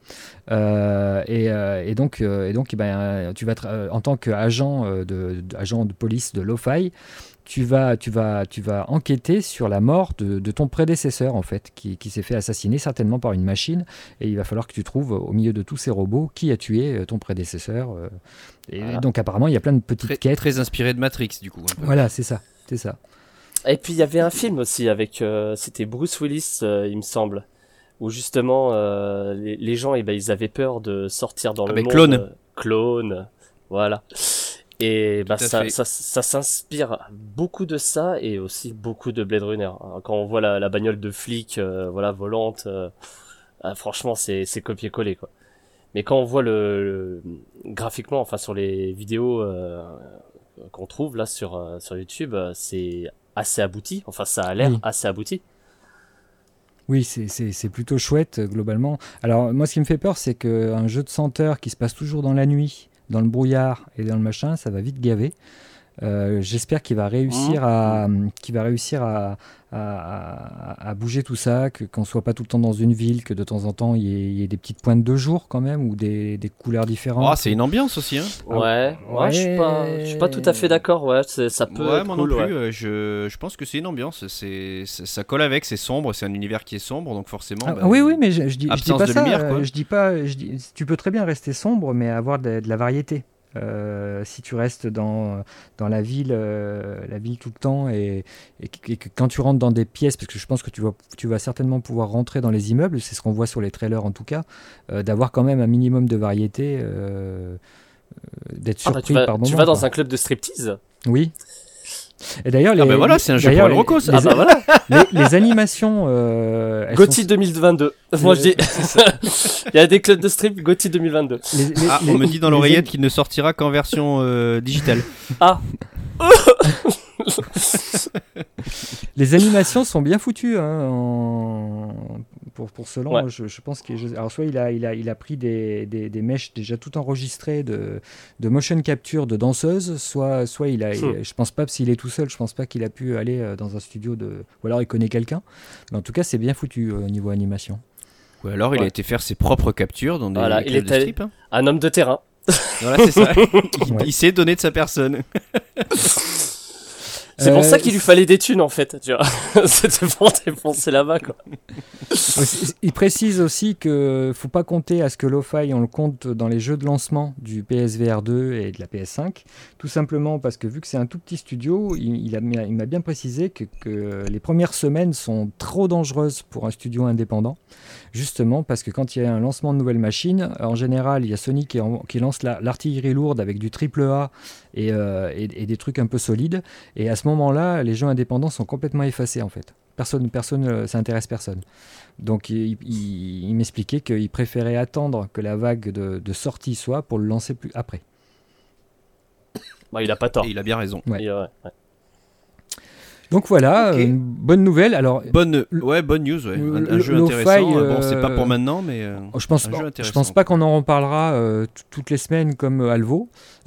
Et donc, tu vas en tant qu'agent de police de lo-fi, tu vas enquêter sur la mort de ton prédécesseur en fait, qui s'est fait assassiner certainement par une machine. Et il va falloir que tu trouves au milieu de tous ces robots qui a tué ton prédécesseur. Donc apparemment, il y a plein de petites quêtes. Très inspiré de Matrix du coup. Voilà, c'est ça. Et puis il y avait un film aussi avec c'était Bruce Willis il me semble, où justement les gens ils avaient peur de sortir dans le monde. Clone, voilà. Et ça s'inspire beaucoup de ça et aussi beaucoup de Blade Runner. Quand on voit la bagnole de flic volante, franchement c'est copier-coller quoi. Mais quand on voit graphiquement, enfin sur les vidéos qu'on trouve là sur YouTube, c'est assez abouti, enfin ça a l'air assez abouti. Oui, c'est plutôt chouette globalement. Alors moi ce qui me fait peur c'est qu'un jeu de senteur qui se passe toujours dans la nuit, dans le brouillard et dans le machin, ça va vite gaver. J'espère qu'il va réussir à bouger tout ça, qu'on soit pas tout le temps dans une ville, que de temps en temps il y ait des petites pointes de jour quand même ou des couleurs différentes. Oh, c'est une ambiance aussi hein. Ouais, je suis pas tout à fait d'accord, ça peut être moi cool, non plus, je pense que c'est une ambiance, ça colle avec, c'est sombre, c'est un univers qui est sombre donc forcément oui mais je dis pas ça, lumière, je dis tu peux très bien rester sombre mais avoir de la variété. Si tu restes dans la ville tout le temps et que quand tu rentres dans des pièces, parce que je pense que tu vas certainement pouvoir rentrer dans les immeubles, c'est ce qu'on voit sur les trailers en tout cas, d'avoir quand même un minimum de variété, d'être surpris par moments. Tu vas dans un club de striptease ? Oui. Et d'ailleurs, c'est un jeu pour le Rocco, ça. Les animations. Gotti 2022. Moi je dis. Il y a des clubs de strip Gotti 2022. On me dit dans l'oreillette qu'il ne sortira qu'en version digitale. Ah. Les animations sont bien foutues pour ce long. Ouais. Je pense alors soit il a pris des mèches déjà tout enregistrées de motion capture de danseuses, soit je pense pas, s'il est tout seul, je pense pas qu'il a pu aller dans un studio ou alors il connaît quelqu'un. Mais en tout cas, c'est bien foutu au niveau animation. Ou alors il a été faire ses propres captures dans des clubs de strip. Un homme de terrain. Voilà, c'est ça. Il sait donner de sa personne. C'est pour ça qu'il lui fallait des thunes en fait, tu vois. C'était pour défoncer là-bas quoi. Il précise aussi que faut pas compter à ce que Lo-Fi on le compte dans les jeux de lancement du PSVR 2 et de la PS5, tout simplement parce que vu que c'est un tout petit studio, il m'a bien précisé que les premières semaines sont trop dangereuses pour un studio indépendant, justement parce que quand il y a un lancement de nouvelles machines, en général il y a Sony qui lance l'artillerie lourde avec du AAA et des trucs un peu solides, et à ce moment-là les jeux indépendants sont complètement effacés en fait. Personne ça intéresse personne. Donc il m'expliquait qu'il préférait attendre que la vague de sortie soit pour le lancer plus après. Bah, il a pas tort. Et il a bien raison. Ouais. Ouais. Donc voilà, Ok. bonne nouvelle. Alors, Bonne news, ouais. Un jeu intéressant. Bon, c'est pas pour maintenant, mais je pense un jeu intéressant. Je pense pas qu'on en reparlera toutes les semaines comme Alvo.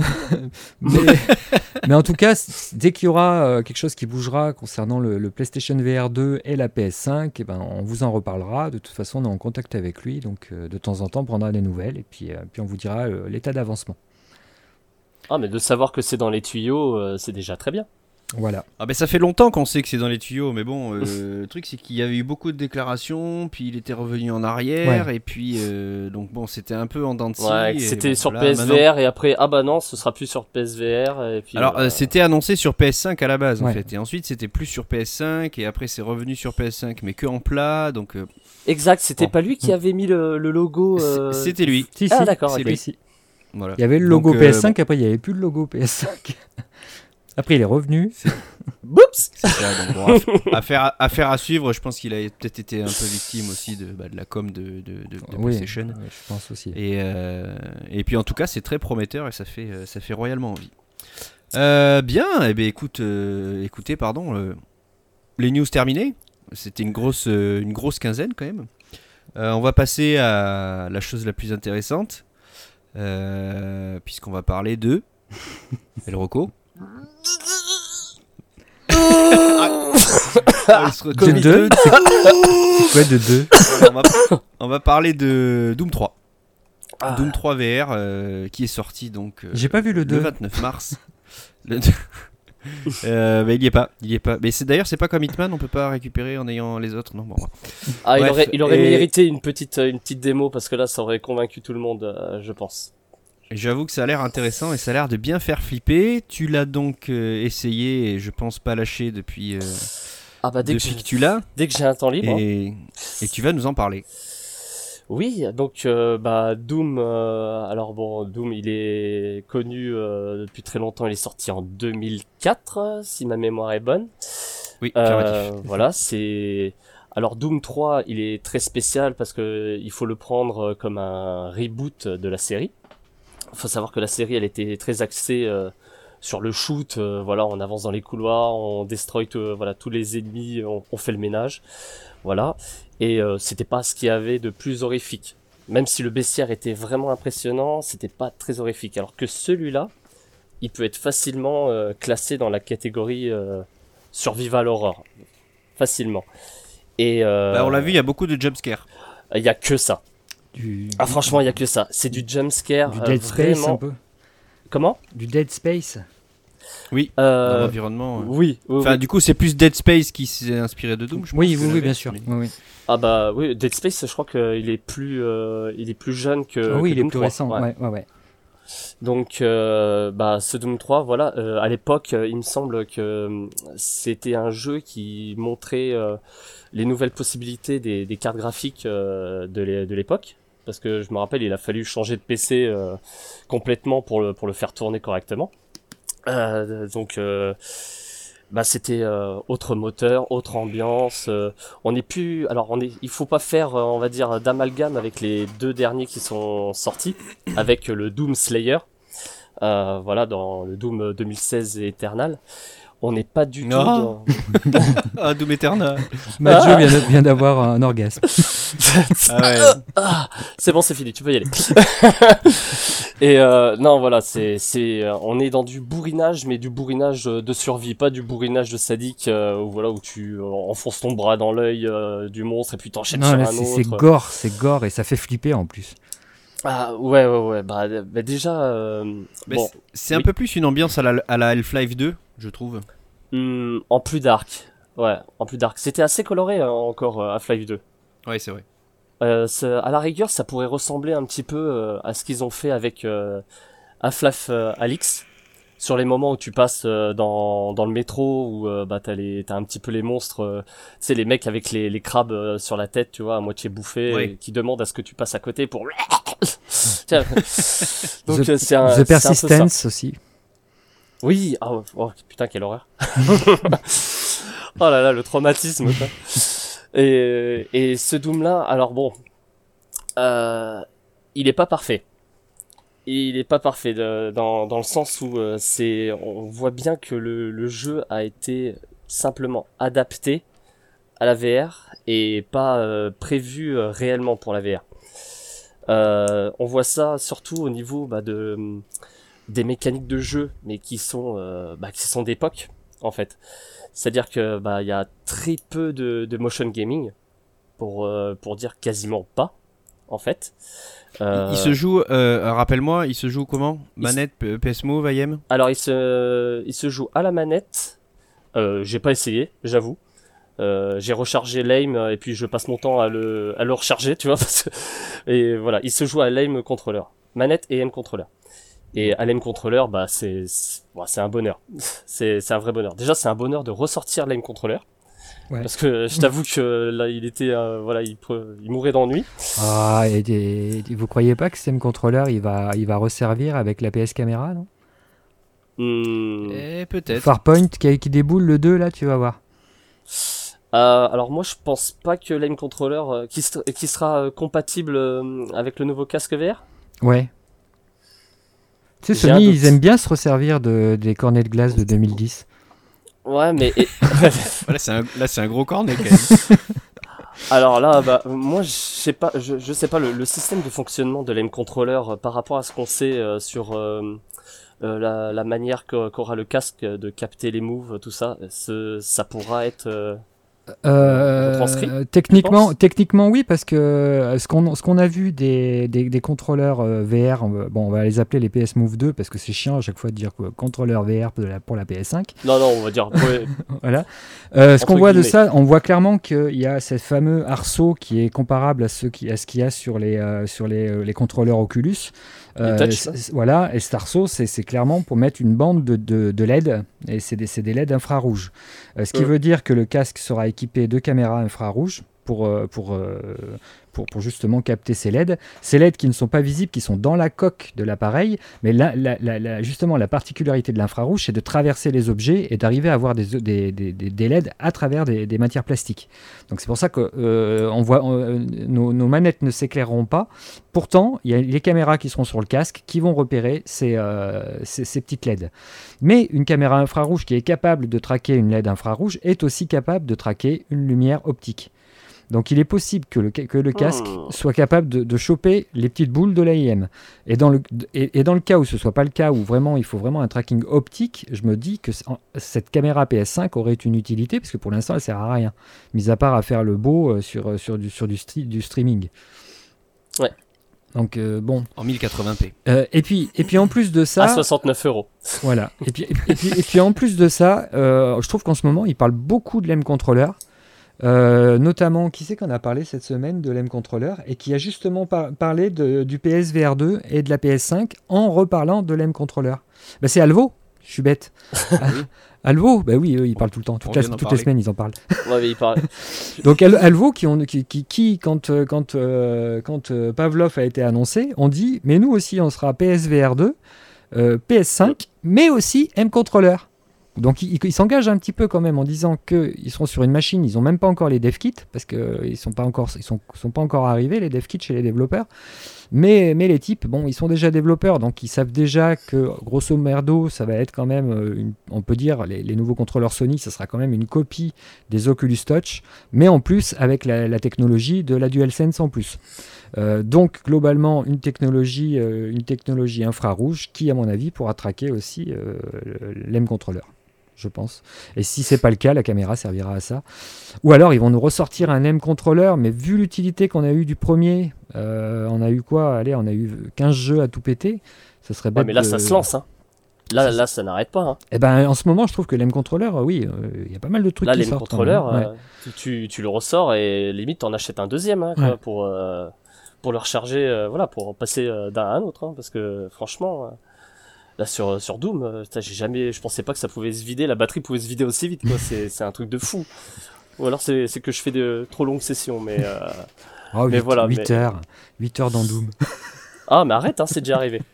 mais en tout cas, dès qu'il y aura quelque chose qui bougera concernant le PlayStation VR 2 et la PS5, eh ben, on vous en reparlera. De toute façon, on est en contact avec lui, donc de temps en temps, on prendra des nouvelles et puis on vous dira l'état d'avancement. Ah, mais de savoir que c'est dans les tuyaux, c'est déjà très bien. Voilà. Ah ben ça fait longtemps qu'on sait que c'est dans les tuyaux, mais bon, le truc c'est qu'il y avait eu beaucoup de déclarations, puis il était revenu en arrière, et puis donc bon, c'était un peu en dents de scie. Ouais, et c'était bon, sur là, PSVR maintenant... et après, ah bah non, ce sera plus sur PSVR. Et puis, Alors c'était annoncé sur PS5 à la base en Ouais. fait, et ensuite c'était plus sur PS5, et après c'est revenu sur PS5, mais que en plat, donc... Exact, c'était Bon. pas lui qui avait mis le logo. C'était lui, Si, Ah si, d'accord, c'est ok. lui. si. Voilà. Il y avait le logo Donc, PS5, après il n'y avait plus le logo PS5. Après il est revenu. Boups. C'est ça, donc bon, affaire à suivre, je pense qu'il a peut-être été un peu victime aussi de la com de Oui, PlayStation. je pense aussi. Et puis en tout cas, c'est très prometteur et ça fait royalement envie. Bien, eh bien écoutez, les news terminées. C'était une grosse quinzaine quand même. On va passer à la chose la plus intéressante, puisqu'on va parler de El Rocco. De 2 C'est quoi de 2 On va parler de Doom 3. Ah. Doom 3 VR qui est sorti donc J'ai pas vu le 2. 29 mars. Mais il y est pas. Mais d'ailleurs c'est pas comme Hitman, on peut pas récupérer en ayant les autres. Non, bon. Ah, Bref, il aurait et- mérité une petite démo parce que là, ça aurait convaincu tout le monde, je pense. Et j'avoue que ça a l'air intéressant et ça a l'air de bien faire flipper. Tu l'as donc essayé et je pense pas lâché depuis Ah bah que tu l'as. dès que j'ai un temps libre. Hein. Et tu vas nous en parler. Oui, donc Doom. Alors bon, Doom, il est connu depuis très longtemps. Il est sorti en 2004, si ma mémoire est bonne. Oui, affirmatif. Voilà, c'est. Alors Doom 3, il est très spécial parce que il faut le prendre comme un reboot de la série. Il faut savoir que la série, elle était très axée sur le shoot. Voilà, on avance dans les couloirs, on destroy tous les ennemis, on fait le ménage. Voilà. Et c'était pas ce qu'il y avait de plus horrifique. Même si le bestiaire était vraiment impressionnant, c'était pas très horrifique. Alors que celui-là, il peut être facilement classé dans la catégorie survival horror. Facilement. Et On l'a vu, il y a beaucoup de jumpscares. il y a que ça. Ah franchement, il y a que ça. C'est du jumpscare. Du Dead Space vraiment... un peu. Comment Du Dead Space. Oui, dans l'environnement. Oui. Enfin, du coup, c'est plus Dead Space qui s'est inspiré de Doom, je pense. Oui, que oui, l'inverse, bien sûr. mais- Oui. Ah bah oui, Dead Space, je crois qu'il est plus jeune que. Ah oui, que il est Doom plus 3. récent. Ouais. Ouais. Donc, ce Doom 3, voilà, à l'époque, il me semble que c'était un jeu qui montrait les nouvelles possibilités des cartes graphiques de l'époque. Parce que je me rappelle, il a fallu changer de PC complètement pour le faire tourner correctement. C'était autre moteur, autre ambiance. On n'est plus, il faut pas faire, on va dire, d'amalgame avec les deux derniers qui sont sortis, avec le Doom Slayer, voilà, dans le Doom 2016 et Eternal. On n'est pas du tout dans... Ah, Doom Eternal. Mathieu vient d'avoir un orgasme. Ah ouais. C'est bon, c'est fini, tu peux y aller. Et non, voilà, on est dans du bourrinage, mais du bourrinage de survie, pas du bourrinage de sadique, où tu enfonces ton bras dans l'œil du monstre et puis t'enchaînes Non, sur là, un autre. c'est gore et ça fait flipper en plus. Ah ouais, bah déjà, Mais bon, c'est un oui. peu plus une ambiance à la Half-Life 2, je trouve. En plus dark. Ouais, en plus dark. C'était assez coloré encore Half-Life 2. Ouais, c'est vrai. À la rigueur, ça pourrait ressembler un petit peu à ce qu'ils ont fait avec Half-Life Alyx. Sur les moments où tu passes dans le métro, où t'as un petit peu les monstres, tu sais, les mecs avec les crabes sur la tête, tu vois, à moitié bouffés, Ouais. qui demandent à ce que tu passes à côté pour... Tiens. Donc The c'est un peu Persistence ça. aussi. Oui, oh, putain, quelle horreur. Oh là là, le traumatisme, quoi. Et ce Doom-là, alors bon, il est pas parfait. Il est pas parfait dans le sens où on voit bien que le jeu a été simplement adapté à la VR et pas prévu réellement pour la VR. On voit ça surtout au niveau des mécaniques de jeu, mais qui sont d'époque en fait. C'est-à-dire que il y a très peu de motion gaming pour dire quasiment pas en fait. Il se joue, rappelle-moi, il se joue comment? Manette, PS Move, IM? Alors il se joue à la manette. J'ai pas essayé, j'avoue. J'ai rechargé l'aim et puis je passe mon temps à le recharger, tu vois. Et voilà, il se joue à l'aim contrôleur, manette et aim contrôleur. Et à l'aim contrôleur, c'est un bonheur. C'est un vrai bonheur. Déjà, c'est un bonheur de ressortir l'aim contrôleur. Ouais. Parce que je t'avoue que là, il était, il mourait d'ennui. Ah, et vous croyez pas que ce contrôleur, il va resservir avec la PS caméra, non? Peut-être. Farpoint qui déboule le 2, là, tu vas voir. Alors moi, je pense pas que l'aim controller qui sera compatible avec le nouveau casque VR. Ouais. Tu sais, Sony, ils aiment bien se resservir des cornets de glace de 2010. Ouais, mais... là, c'est un gros cornet, quand même. Alors là, moi, je sais pas le système de fonctionnement de l'aim controller par rapport à ce qu'on sait sur la manière qu'aura le casque de capter les moves, tout ça, ça pourra être... techniquement oui, parce que ce qu'on a vu des contrôleurs VR, on va les appeler les PS Move 2 parce que c'est chiant à chaque fois de dire contrôleur VR pour la PS5. Non, on va dire voilà. Ce qu'on voit de ça, on voit clairement qu'il y a ce fameux arceau qui est comparable à ce qu'il y a sur les contrôleurs Oculus. Voilà, et cet arceau, c'est clairement pour mettre une bande de LED, et c'est des LED infrarouges. Ce qui veut dire que le casque sera équipé de caméras infrarouges pour justement capter ces LED. Ces LED qui ne sont pas visibles, qui sont dans la coque de l'appareil, mais justement la particularité de l'infrarouge, c'est de traverser les objets et d'arriver à avoir des LED à travers des matières plastiques. Donc c'est pour ça que nos manettes ne s'éclaireront pas. Pourtant, il y a les caméras qui seront sur le casque qui vont repérer ces petites LED. Mais une caméra infrarouge qui est capable de traquer une LED infrarouge est aussi capable de traquer une lumière optique. Donc il est possible que le casque soit capable de choper les petites boules de l'AIM. Et dans le cas où ce ne soit pas le cas, où vraiment il faut vraiment un tracking optique, je me dis que cette caméra PS5 aurait une utilité, parce que pour l'instant elle ne sert à rien, mis à part à faire le beau sur du streaming. Ouais. Donc bon. En 1080p. Et puis en plus de ça... À 69 €. Voilà. Et puis en plus de ça, je trouve qu'en ce moment, ils parlent beaucoup de l'aim controller. Notamment, qui c'est qu'on a parlé cette semaine de l'aim controller et qui a justement parlé du PSVR 2 et de la PS5 en reparlant de l'aim controller. C'est Alvo, je suis bête. Alvo, oui, eux, ils parlent tout le temps, toutes les semaines ils en parlent. Ouais, mais ils parlent. Donc Alvo qui quand Pavlov a été annoncé, on dit mais nous aussi on sera PSVR 2, PS5, mais aussi aim controller. Donc ils s'engagent un petit peu quand même en disant qu'ils seront sur une machine, ils n'ont même pas encore les dev kits, parce qu'ils sont pas encore arrivés les dev kits chez les développeurs, mais les types, ils sont déjà développeurs, donc ils savent déjà que grosso merdo ça va être quand même, on peut dire, les nouveaux contrôleurs Sony, ça sera quand même une copie des Oculus Touch, mais en plus avec la technologie de la DualSense en plus. Donc globalement une technologie infrarouge qui à mon avis pourra traquer aussi l'aim controller, je pense. Et si c'est pas le cas, la caméra servira à ça. Ou alors ils vont nous ressortir un aim controller, mais vu l'utilité qu'on a eu du premier, on a eu quoi ? Allez, on a eu 15 jeux à tout péter. Ça serait bête. Mais là ça se lance, hein. Là, ça n'arrête pas. Hein. Eh ben, en ce moment, je trouve que l'M-Controller, oui, il y a pas mal de trucs là, qui sortent. Controller, ouais. tu le ressors et limite, t'en achètes un deuxième hein, quoi, pour le recharger, voilà, pour passer d'un à un autre. Hein, parce que franchement, là, sur Doom, je pensais pas que ça pouvait se vider, la batterie pouvait se vider aussi vite. Quoi. C'est un truc de fou. Ou alors, c'est que je fais de trop longues sessions, mais... Oh, mais 8, voilà, 8 heures. 8 heures dans Doom. Ah, mais arrête, hein, c'est déjà arrivé.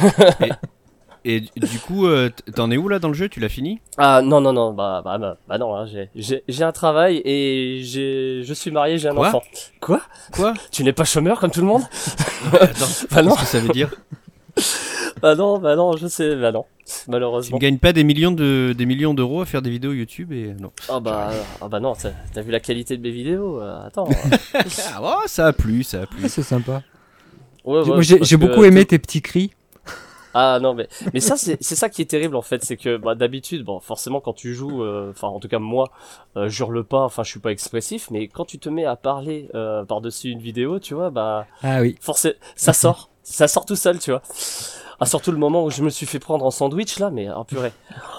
Et du coup, t'en es où là dans le jeu? Tu l'as fini? Ah non, bah non, hein, j'ai un travail et je suis marié, j'ai un enfant. Quoi? Tu n'es pas chômeur comme tout le monde? Attends, bah non. qu'est-ce que ça veut dire? bah non, je sais, bah non, malheureusement. Tu ne gagnes pas des millions d'euros à faire des vidéos YouTube et non. Ah bah non, t'as vu la qualité de mes vidéos? Attends. Ah, oh, ça a plu. Ah, c'est sympa. Ouais, Moi, j'ai beaucoup aimé tes petits cris. Ah non mais ça c'est ça qui est terrible en fait, c'est que d'habitude forcément quand tu joues, enfin en tout cas moi je hurle pas, enfin je suis pas expressif, mais quand tu te mets à parler par-dessus une vidéo, tu vois, ah oui, ça sort tout seul, tu vois. Ah, surtout le moment où je me suis fait prendre en sandwich là, mais purée.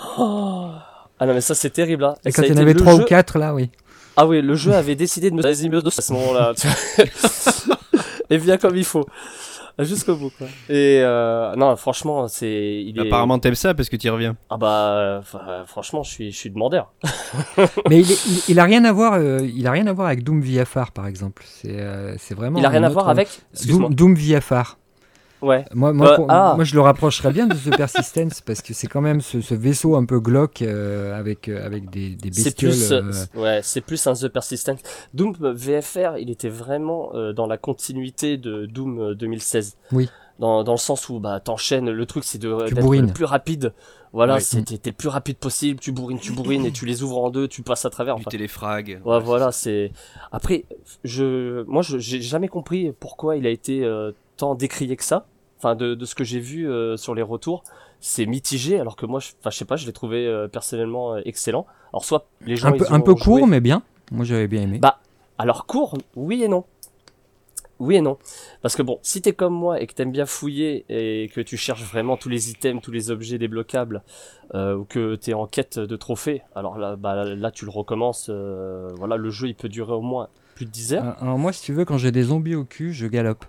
Ah non mais ça c'est terrible là. Et quand il y en avait 3 ou 4 là, oui. Ah oui, le jeu avait décidé de me résumer à ce moment-là. Et bien comme il faut. Jusqu'au bout quoi. Et non franchement apparemment t'aimes ça parce que t'y reviens. Ah bah franchement je suis demandeur. Mais il a rien à voir avec Doom VFR par exemple. C'est vraiment. Il a rien à voir avec Doom VFR. Ouais. Moi je le rapprocherais bien de The Persistence parce que c'est quand même ce vaisseau un peu glauque avec des bestioles. C'est plus un The Persistence. Doom VFR, il était vraiment dans la continuité de Doom 2016. Oui. Dans le sens où t'enchaînes, le truc c'est d'être bourrines. le plus rapide. Voilà, oui. t'es le plus rapide possible, tu bourrines et tu les ouvres en deux, tu passes à travers. Buter les frags. Ouais, voilà, c'est. Après, moi j'ai jamais compris pourquoi il a été tant décrié que ça. Enfin, de ce que j'ai vu sur les retours, c'est mitigé, alors que moi, je sais pas, je l'ai trouvé personnellement excellent. Alors soit les gens un peu court, mais bien. Moi, j'avais bien aimé. Alors court, oui et non. Oui et non. Parce que bon, si t'es comme moi et que t'aimes bien fouiller et que tu cherches vraiment tous les items, tous les objets débloquables, ou que t'es en quête de trophées, alors là tu le recommences. Voilà, le jeu il peut durer au moins plus de 10 heures. Alors moi, si tu veux, quand j'ai des zombies au cul, je galope.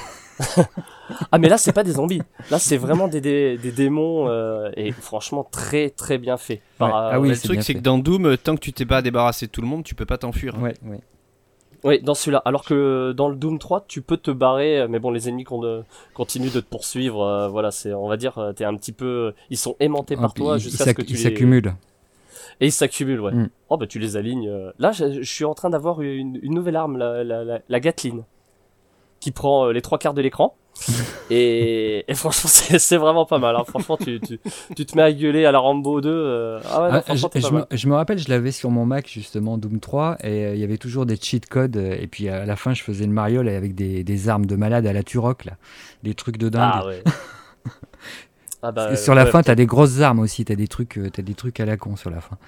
Ah mais là c'est pas des zombies, là c'est vraiment des démons et franchement très très bien fait. Le truc c'est que dans Doom, tant que tu t'es pas débarrassé de tout le monde, tu peux pas t'enfuir. Ouais. Oui, dans celui-là. Alors que dans le Doom 3, tu peux te barrer, mais bon, les ennemis continuent de te poursuivre. Voilà, on va dire, t'es un petit peu, ils sont aimantés par toi jusqu'à ce que tu ils s'accumulent. Et ils s'accumulent, ouais. Mm. Oh bah tu les alignes. Là, je suis en train d'avoir une nouvelle arme, la Gatling, qui prend les 3/4 de l'écran. et franchement c'est vraiment pas mal hein. Franchement tu te mets à gueuler à la Rambo 2 je me rappelle, je l'avais sur mon Mac justement, Doom 3, et il y avait toujours des cheat codes, et puis à la fin je faisais le mariole avec des armes de malade à la Turok là, des trucs de dingue. Sur la fin t'as des grosses armes aussi, t'as des trucs à la con sur la fin.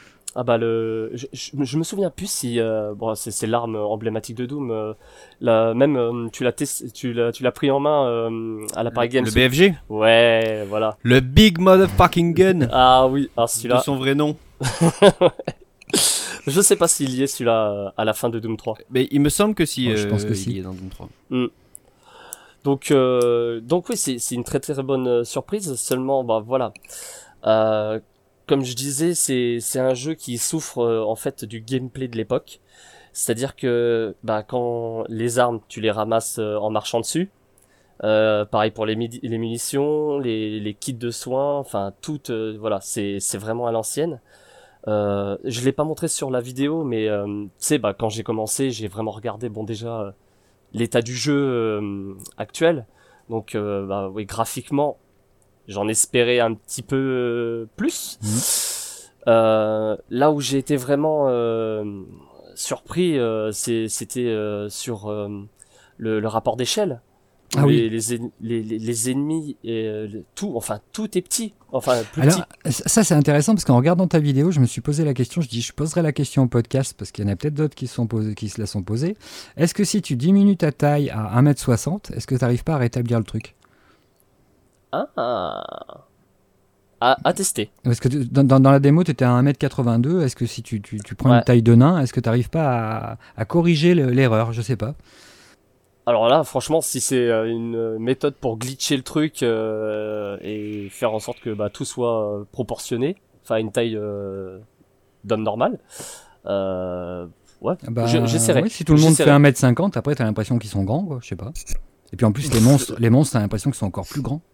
Je me souviens plus si c'est l'arme emblématique de Doom. Tu l'as pris en main à la Paris Games. Le BFG. Ouais, voilà. Le Big Motherfucking Gun. Ah oui, celui-là. De son vrai nom. Je sais pas s'il y est celui-là à la fin de Doom 3. Mais il me semble que si. Je pense que si. Il y est dans Doom 3. Donc oui, c'est une très très bonne surprise. Seulement, voilà. Comme je disais, c'est un jeu qui souffre en fait du gameplay de l'époque. C'est-à-dire que quand les armes, tu les ramasses en marchant dessus. Pareil pour les munitions, les kits de soins, enfin tout. Voilà, c'est vraiment à l'ancienne. Je l'ai pas montré sur la vidéo, mais tu sais, quand j'ai commencé, j'ai vraiment regardé déjà l'état du jeu actuel. Donc oui, graphiquement. J'en espérais un petit peu plus. Là où j'ai été vraiment surpris, c'était sur le rapport d'échelle. Ah oui. Les ennemis, tout est petit. Enfin, plus Alors, petit. Ça c'est intéressant parce qu'en regardant ta vidéo, je me suis posé la question. Je poserai la question au podcast parce qu'il y en a peut-être d'autres qui se la sont posées. Est-ce que si tu diminues ta taille à 1m60, est-ce que tu n'arrives pas à rétablir le truc ? À tester. Parce que dans la démo, tu étais à 1m82. Est-ce que si tu prends une taille de nain, est-ce que tu n'arrives pas à corriger l'erreur? Je sais pas. Alors là, franchement, si c'est une méthode pour glitcher le truc et faire en sorte que tout soit proportionné, enfin une taille d'homme normal, j'essaierai. Ouais, si tout le monde fait 1m50, après t'as l'impression qu'ils sont grands, quoi, je sais pas. Et puis en plus, les monstres, t'as l'impression qu'ils sont encore plus grands.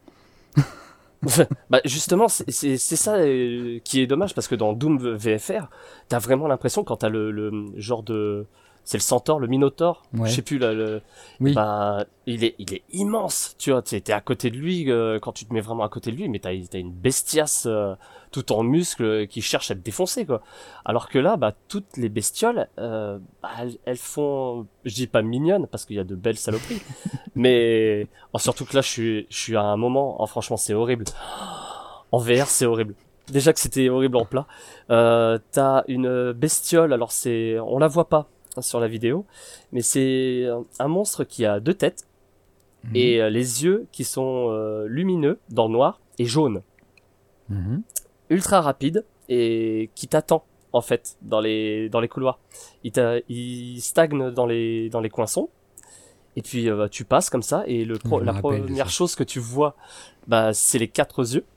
Justement, c'est ça qui est dommage, parce que dans Doom VFR, t'as vraiment l'impression, quand t'as le genre de... C'est le centaure, le minotaure, ouais. Je sais plus, oui. il est immense, tu vois, t'es à côté de lui, quand tu te mets vraiment à côté de lui, mais t'as une bestiace tout en muscles qui cherche à te défoncer, quoi. Alors que là, toutes les bestioles, elles font, je dis pas mignonnes, parce qu'il y a de belles saloperies, mais surtout que là, je suis à un moment, franchement, c'est horrible. En VR, c'est horrible. Déjà que c'était horrible en plat. T'as une bestiole, alors on la voit pas sur la vidéo, mais c'est un monstre qui a 2 têtes et les yeux qui sont lumineux dans le noir et jaunes, ultra rapide, et qui t'attend en fait dans les couloirs. Il stagne dans les coins sombres, et puis tu passes comme ça, et la première chose que tu vois, c'est les 4 yeux,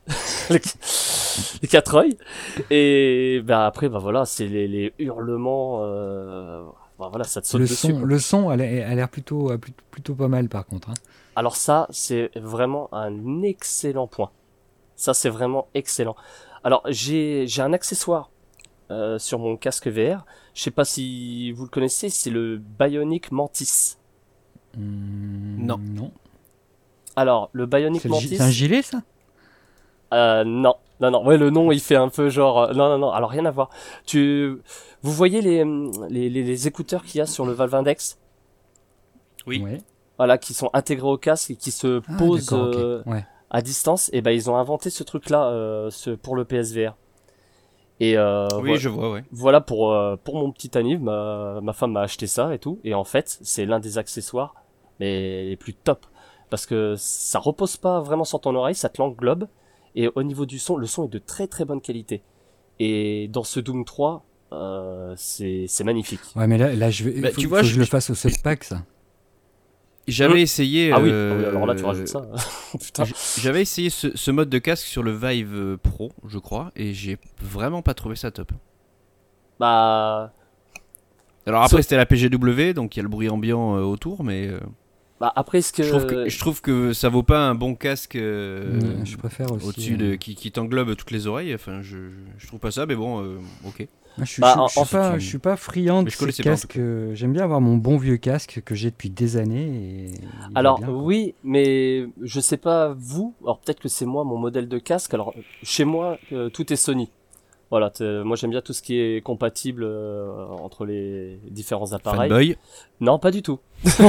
les 4 œils, et après voilà, c'est les hurlements. Voilà, ça te saute dessus. Le son a l'air plutôt pas mal, par contre. Hein. Alors ça, c'est vraiment un excellent point. Ça, c'est vraiment excellent. Alors, j'ai un accessoire sur mon casque VR. Je sais pas si vous le connaissez, c'est le Bionic Mantis. Non. Alors, le Bionic Mantis... C'est un gilet, ça? Non. Ouais, le nom, il fait un peu genre... Non. Alors, rien à voir. Vous voyez les écouteurs qu'il y a sur le Valve Index? Oui. Ouais. Voilà, qui sont intégrés au casque et qui se posent okay. à distance. Et ils ont inventé ce truc-là pour le PSVR. Et je vois, ouais. Voilà pour mon petit anniv, ma femme m'a acheté ça et tout. Et en fait, c'est l'un des accessoires les plus top, parce que ça repose pas vraiment sur ton oreille, ça te l'englobe. Et au niveau du son, le son est de très très bonne qualité. Et dans ce Doom 3, c'est magnifique. Ouais, mais là je vais. Faut que je le fasse au setpack, ça. J'avais essayé. Ah oui, alors là tu rajoutes ça. Putain. J'avais essayé ce mode de casque sur le Vive Pro, je crois, et j'ai vraiment pas trouvé ça top. Alors après c'était la PGW, donc il y a le bruit ambiant autour, mais. Après, je trouve que ça vaut pas un bon casque je préfère aussi, au-dessus qui t'englobe toutes les oreilles. Enfin, je trouve pas ça, mais bon, ok. Je suis pas friand de ces casques. J'aime bien avoir mon bon vieux casque que j'ai depuis des années. Alors oui, mais je sais pas vous. Alors peut-être que c'est moi mon modèle de casque. Alors chez moi, tout est Sony. Voilà, moi j'aime bien tout ce qui est compatible entre les différents appareils. Fanboy? Non, pas du tout.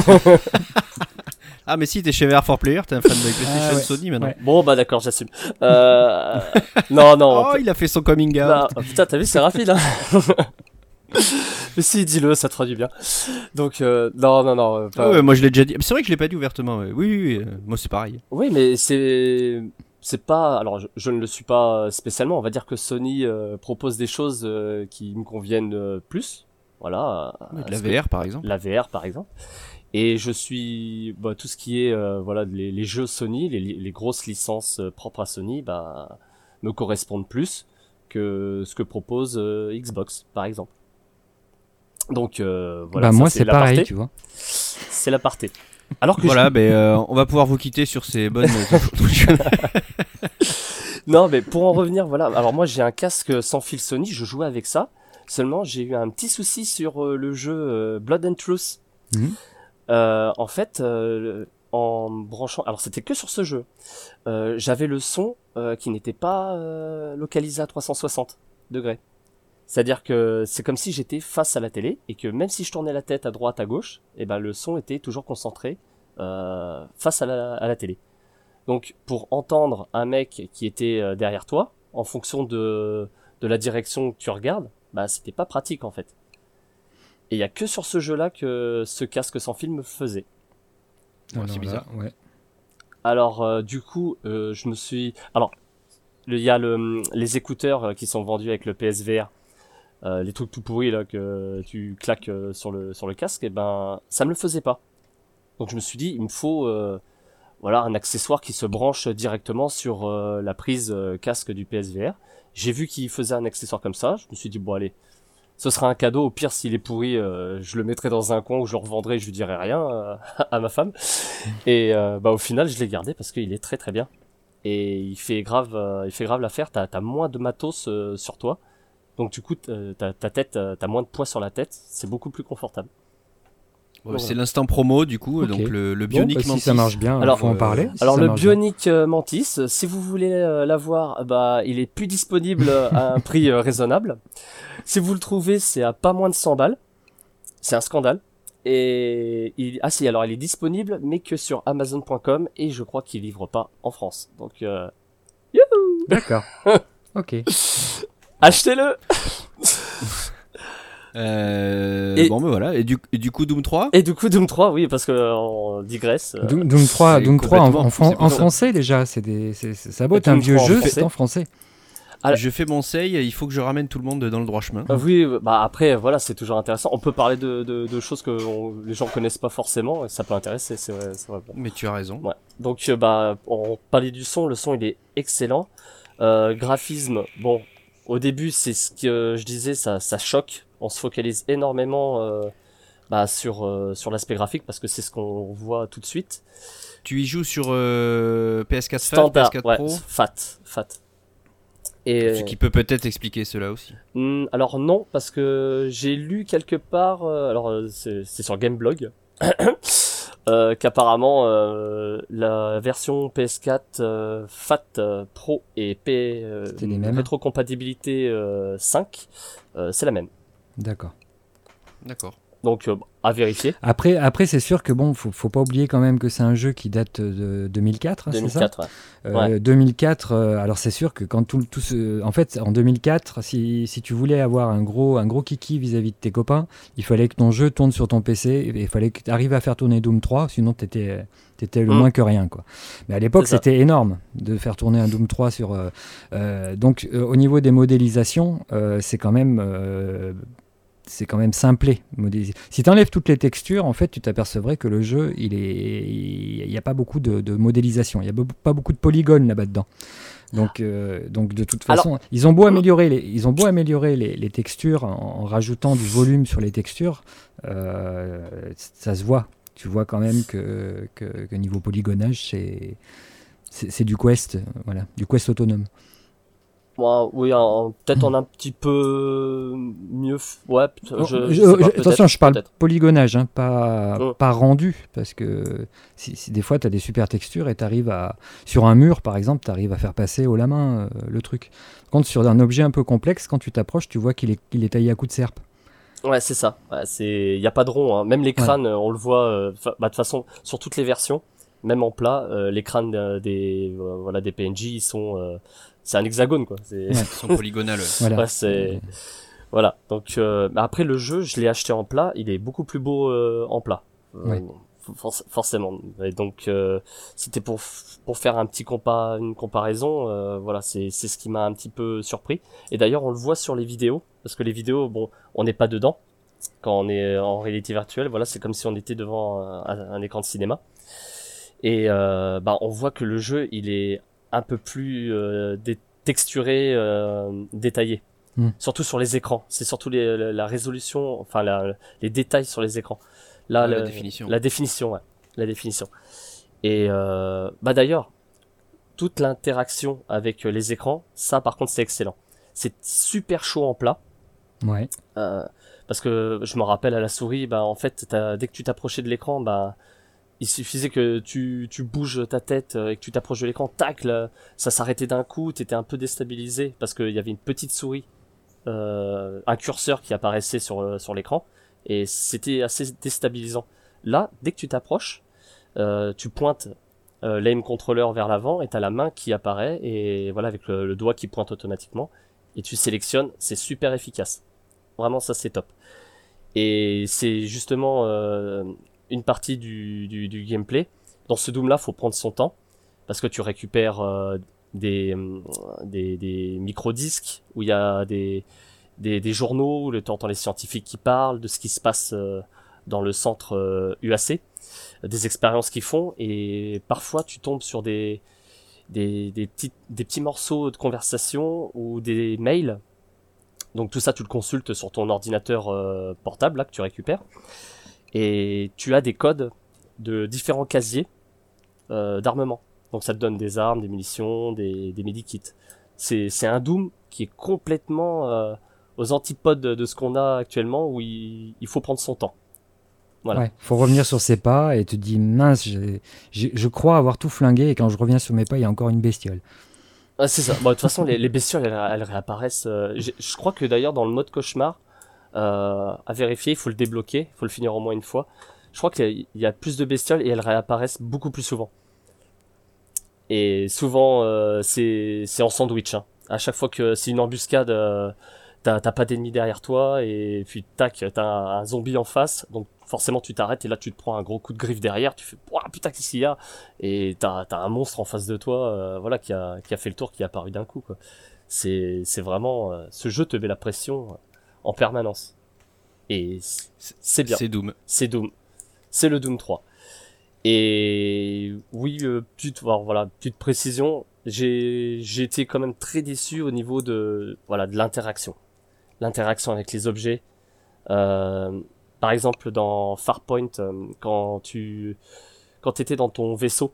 Ah mais si, t'es chez VR4Player, t'es un fanboy PlayStation Sony maintenant. Ouais. Bon d'accord, j'assume. Non. Oh, il a fait son coming out. Putain, t'as vu, c'est rapide. Hein. Mais si, dis-le, ça te fera du bien. Donc non. Pas... Ouais, moi je l'ai déjà dit. C'est vrai que je l'ai pas dit ouvertement. Ouais. Oui, moi c'est pareil. Oui, mais c'est pas, alors je ne le suis pas spécialement, on va dire que Sony propose des choses qui me conviennent plus, voilà. De la VR par exemple. La VR par exemple. Et je suis tout ce qui est voilà les jeux Sony, les grosses licences propres à Sony, me correspondent plus que ce que propose Xbox par exemple. Donc voilà. Moi c'est pareil, tu vois. C'est l'aparté. Alors que voilà, on va pouvoir vous quitter sur ces bonnes. Non, mais pour en revenir, voilà. Alors moi, j'ai un casque sans fil Sony. Je jouais avec ça. Seulement, j'ai eu un petit souci sur le jeu Blood and Truth. En fait, en branchant, alors c'était que sur ce jeu. J'avais le son qui n'était pas localisé à 360 degrés. C'est-à-dire que c'est comme si j'étais face à la télé et que même si je tournais la tête à droite, à gauche, le son était toujours concentré face à la télé. Donc pour entendre un mec qui était derrière toi, en fonction de la direction que tu regardes, c'était pas pratique en fait. Et il y a que sur ce jeu-là que ce casque sans fil me faisait. Ouais, c'est bizarre. Ouais. Alors du coup, je me suis... Alors, y a les écouteurs qui sont vendus avec le PSVR, les trucs tout pourris là que tu claques sur le casque, et ben ça me le faisait pas. Donc je me suis dit, il me faut voilà un accessoire qui se branche directement sur la prise casque du PSVR. J'ai vu qu'il faisait un accessoire comme ça, je me suis dit bon allez, ce sera un cadeau, au pire s'il est pourri, je le mettrai dans un coin où je le revendrai et je lui dirai rien à ma femme. Et bah au final je l'ai gardé parce qu'il est très très bien. Et il fait grave l'affaire, t'as moins de matos sur toi. Donc du coup ta tête, t'as moins de poids sur la tête, c'est beaucoup plus confortable. Ouais, c'est l'instant promo du coup, Ok. donc le Bon, Bionic bah, si Mantis. ça marche bien, Alors, faut en parler. Si Alors ça le marche bien. Bionic Mantis, si vous voulez l'avoir, bah il est plus disponible à un prix raisonnable. Si vous le trouvez, c'est à pas moins de 100 balles. C'est un scandale. Et il est disponible mais que sur Amazon.com et je crois qu'il livre pas en France. Donc D'accord. Ok. achetez-le. Bon, ben voilà. Et du coup, Doom 3 Et du coup Doom 3, oui, parce que on digresse. Doom 3, oui, Doom 3 complètement. C'est pour en ça. français déjà, ça doit être un Doom vieux 3 en jeu, français. c'est en français. Ah, Je fais mon seuil, il faut que je ramène tout le monde dans le droit chemin. Oui, bah après voilà, c'est toujours intéressant. On peut parler de choses que les gens connaissent pas forcément, et ça peut intéresser, c'est vrai. Bon. Mais tu as raison. Ouais. Donc bah on parlait du son, le son il est excellent. Graphisme, bon, au début c'est ce que je disais, ça choque. On se focalise énormément bah sur l'aspect graphique parce que c'est ce qu'on voit tout de suite. Tu y joues sur PS4 Fat, Standard, PS4 ouais, Pro fat. Et Ce qui peut peut-être expliquer cela aussi. alors non, parce que j'ai lu quelque part, c'est sur Gameblog, qu'apparemment la version PS4 Fat Pro et C'était les mêmes. rétrocompatibilité 5, c'est la même. D'accord. D'accord. Donc à vérifier. Après c'est sûr que bon, faut pas oublier quand même que c'est un jeu qui date de 2004, c'est ça 2004. Ouais. 2004, alors c'est sûr que quand en fait, en 2004, si tu voulais avoir un gros kiki vis-à-vis de tes copains, il fallait que ton jeu tourne sur ton PC, et il fallait que tu arrives à faire tourner Doom 3, sinon t'étais le moins que rien, quoi. Mais à l'époque, C'est ça. c'était énorme de faire tourner un Doom 3 sur... donc, au niveau des modélisations, c'est quand même simplé. Si tu enlèves toutes les textures, en fait, tu t'apercevrais que le jeu, il n'y a pas beaucoup de modélisation. Il n'y a pas beaucoup de polygones là-bas dedans. Donc de toute façon, ils ont beau améliorer les textures en rajoutant du volume sur les textures, ça se voit. Tu vois quand même que niveau polygonage, c'est du Quest, voilà, du Quest autonome. Ouais, oui, peut-être en un petit peu mieux. Ouais, Attention, je parle peut-être. polygonnage, hein, pas rendu, parce que si des fois tu as des super textures et tu arrives sur un mur par exemple, tu arrives à faire passer haut la main le truc. Par contre, sur un objet un peu complexe, quand tu t'approches, tu vois qu'il est taillé à coups de serpe. Ouais, c'est ça. Ouais, il y a pas de rond, hein. Même les crânes, on le voit de toute façon sur toutes les versions, même en plat, les crânes des PNJ, ils sont c'est un hexagone, quoi. Ils sont polygonales. Voilà. Ouais, c'est voilà. Donc après le jeu, je l'ai acheté en plat, il est beaucoup plus beau en plat. Ouais. Forcément. Et donc c'était pour faire une comparaison, voilà, c'est ce qui m'a un petit peu surpris. Et d'ailleurs, on le voit sur les vidéos parce que les vidéos, bon, on n'est pas dedans quand on est en réalité virtuelle, voilà, c'est comme si on était devant un écran de cinéma. Et on voit que le jeu, il est un peu plus texturé, détaillé. Surtout sur les écrans. C'est surtout la résolution, enfin les détails sur les écrans. Là, la définition. La définition, ouais. La définition. Et d'ailleurs, toute l'interaction avec les écrans, ça par contre c'est excellent. C'est super chaud en plat. Ouais. Parce que je me rappelle à la souris, en fait, dès que tu t'approchais de l'écran, il suffisait que tu bouges ta tête et que tu t'approches de l'écran, tac, là, ça s'arrêtait d'un coup, t'étais un peu déstabilisé parce qu'il y avait une petite souris, un curseur qui apparaissait sur l'écran et c'était assez déstabilisant. Là, dès que tu t'approches, tu pointes l'aim controller vers l'avant et t'as la main qui apparaît et voilà avec le doigt qui pointe automatiquement et tu sélectionnes, c'est super efficace. Vraiment, ça c'est top. Et c'est justement une partie du gameplay. Dans ce Doom là, faut prendre son temps parce que tu récupères des micro-disques où il y a des journaux où tu entends les scientifiques qui parlent de ce qui se passe dans le centre UAC, des expériences qu'ils font, et parfois tu tombes sur des petits morceaux de conversation ou des mails. Donc tout ça, tu le consultes sur ton ordinateur portable là que tu récupères, et tu as des codes de différents casiers d'armement. Donc ça te donne des armes, des munitions, des medikits. C'est un Doom qui est complètement aux antipodes de ce qu'on a actuellement, où il faut prendre son temps. Voilà. Ouais, faut revenir sur ses pas et te dis mince, je crois avoir tout flingué et quand je reviens sur mes pas, il y a encore une bestiole. Ah, c'est ça. Bon, de toute façon, les bestioles, elles réapparaissent. Je crois que d'ailleurs, dans le mode cauchemar, à vérifier, il faut le débloquer, il faut le finir au moins une fois. Je crois qu'il y a plus de bestioles et elles réapparaissent beaucoup plus souvent. Et souvent, c'est en sandwich. Hein. À chaque fois que c'est une embuscade, t'as pas d'ennemis derrière toi et puis tac, t'as un zombie en face. Donc forcément, tu t'arrêtes et là, tu te prends un gros coup de griffe derrière. Tu fais ouah putain, qu'est-ce qu'il y a? Et t'as un monstre en face de toi, voilà, qui a fait le tour, qui est apparu d'un coup. Quoi. C'est vraiment, ce jeu te met la pression en permanence. Et c'est bien. C'est Doom. C'est Doom. C'est le Doom 3. Et oui, petite précision, j'ai été quand même très déçu au niveau de l'interaction avec les objets. Par exemple, dans Farpoint, quand t'étais dans ton vaisseau,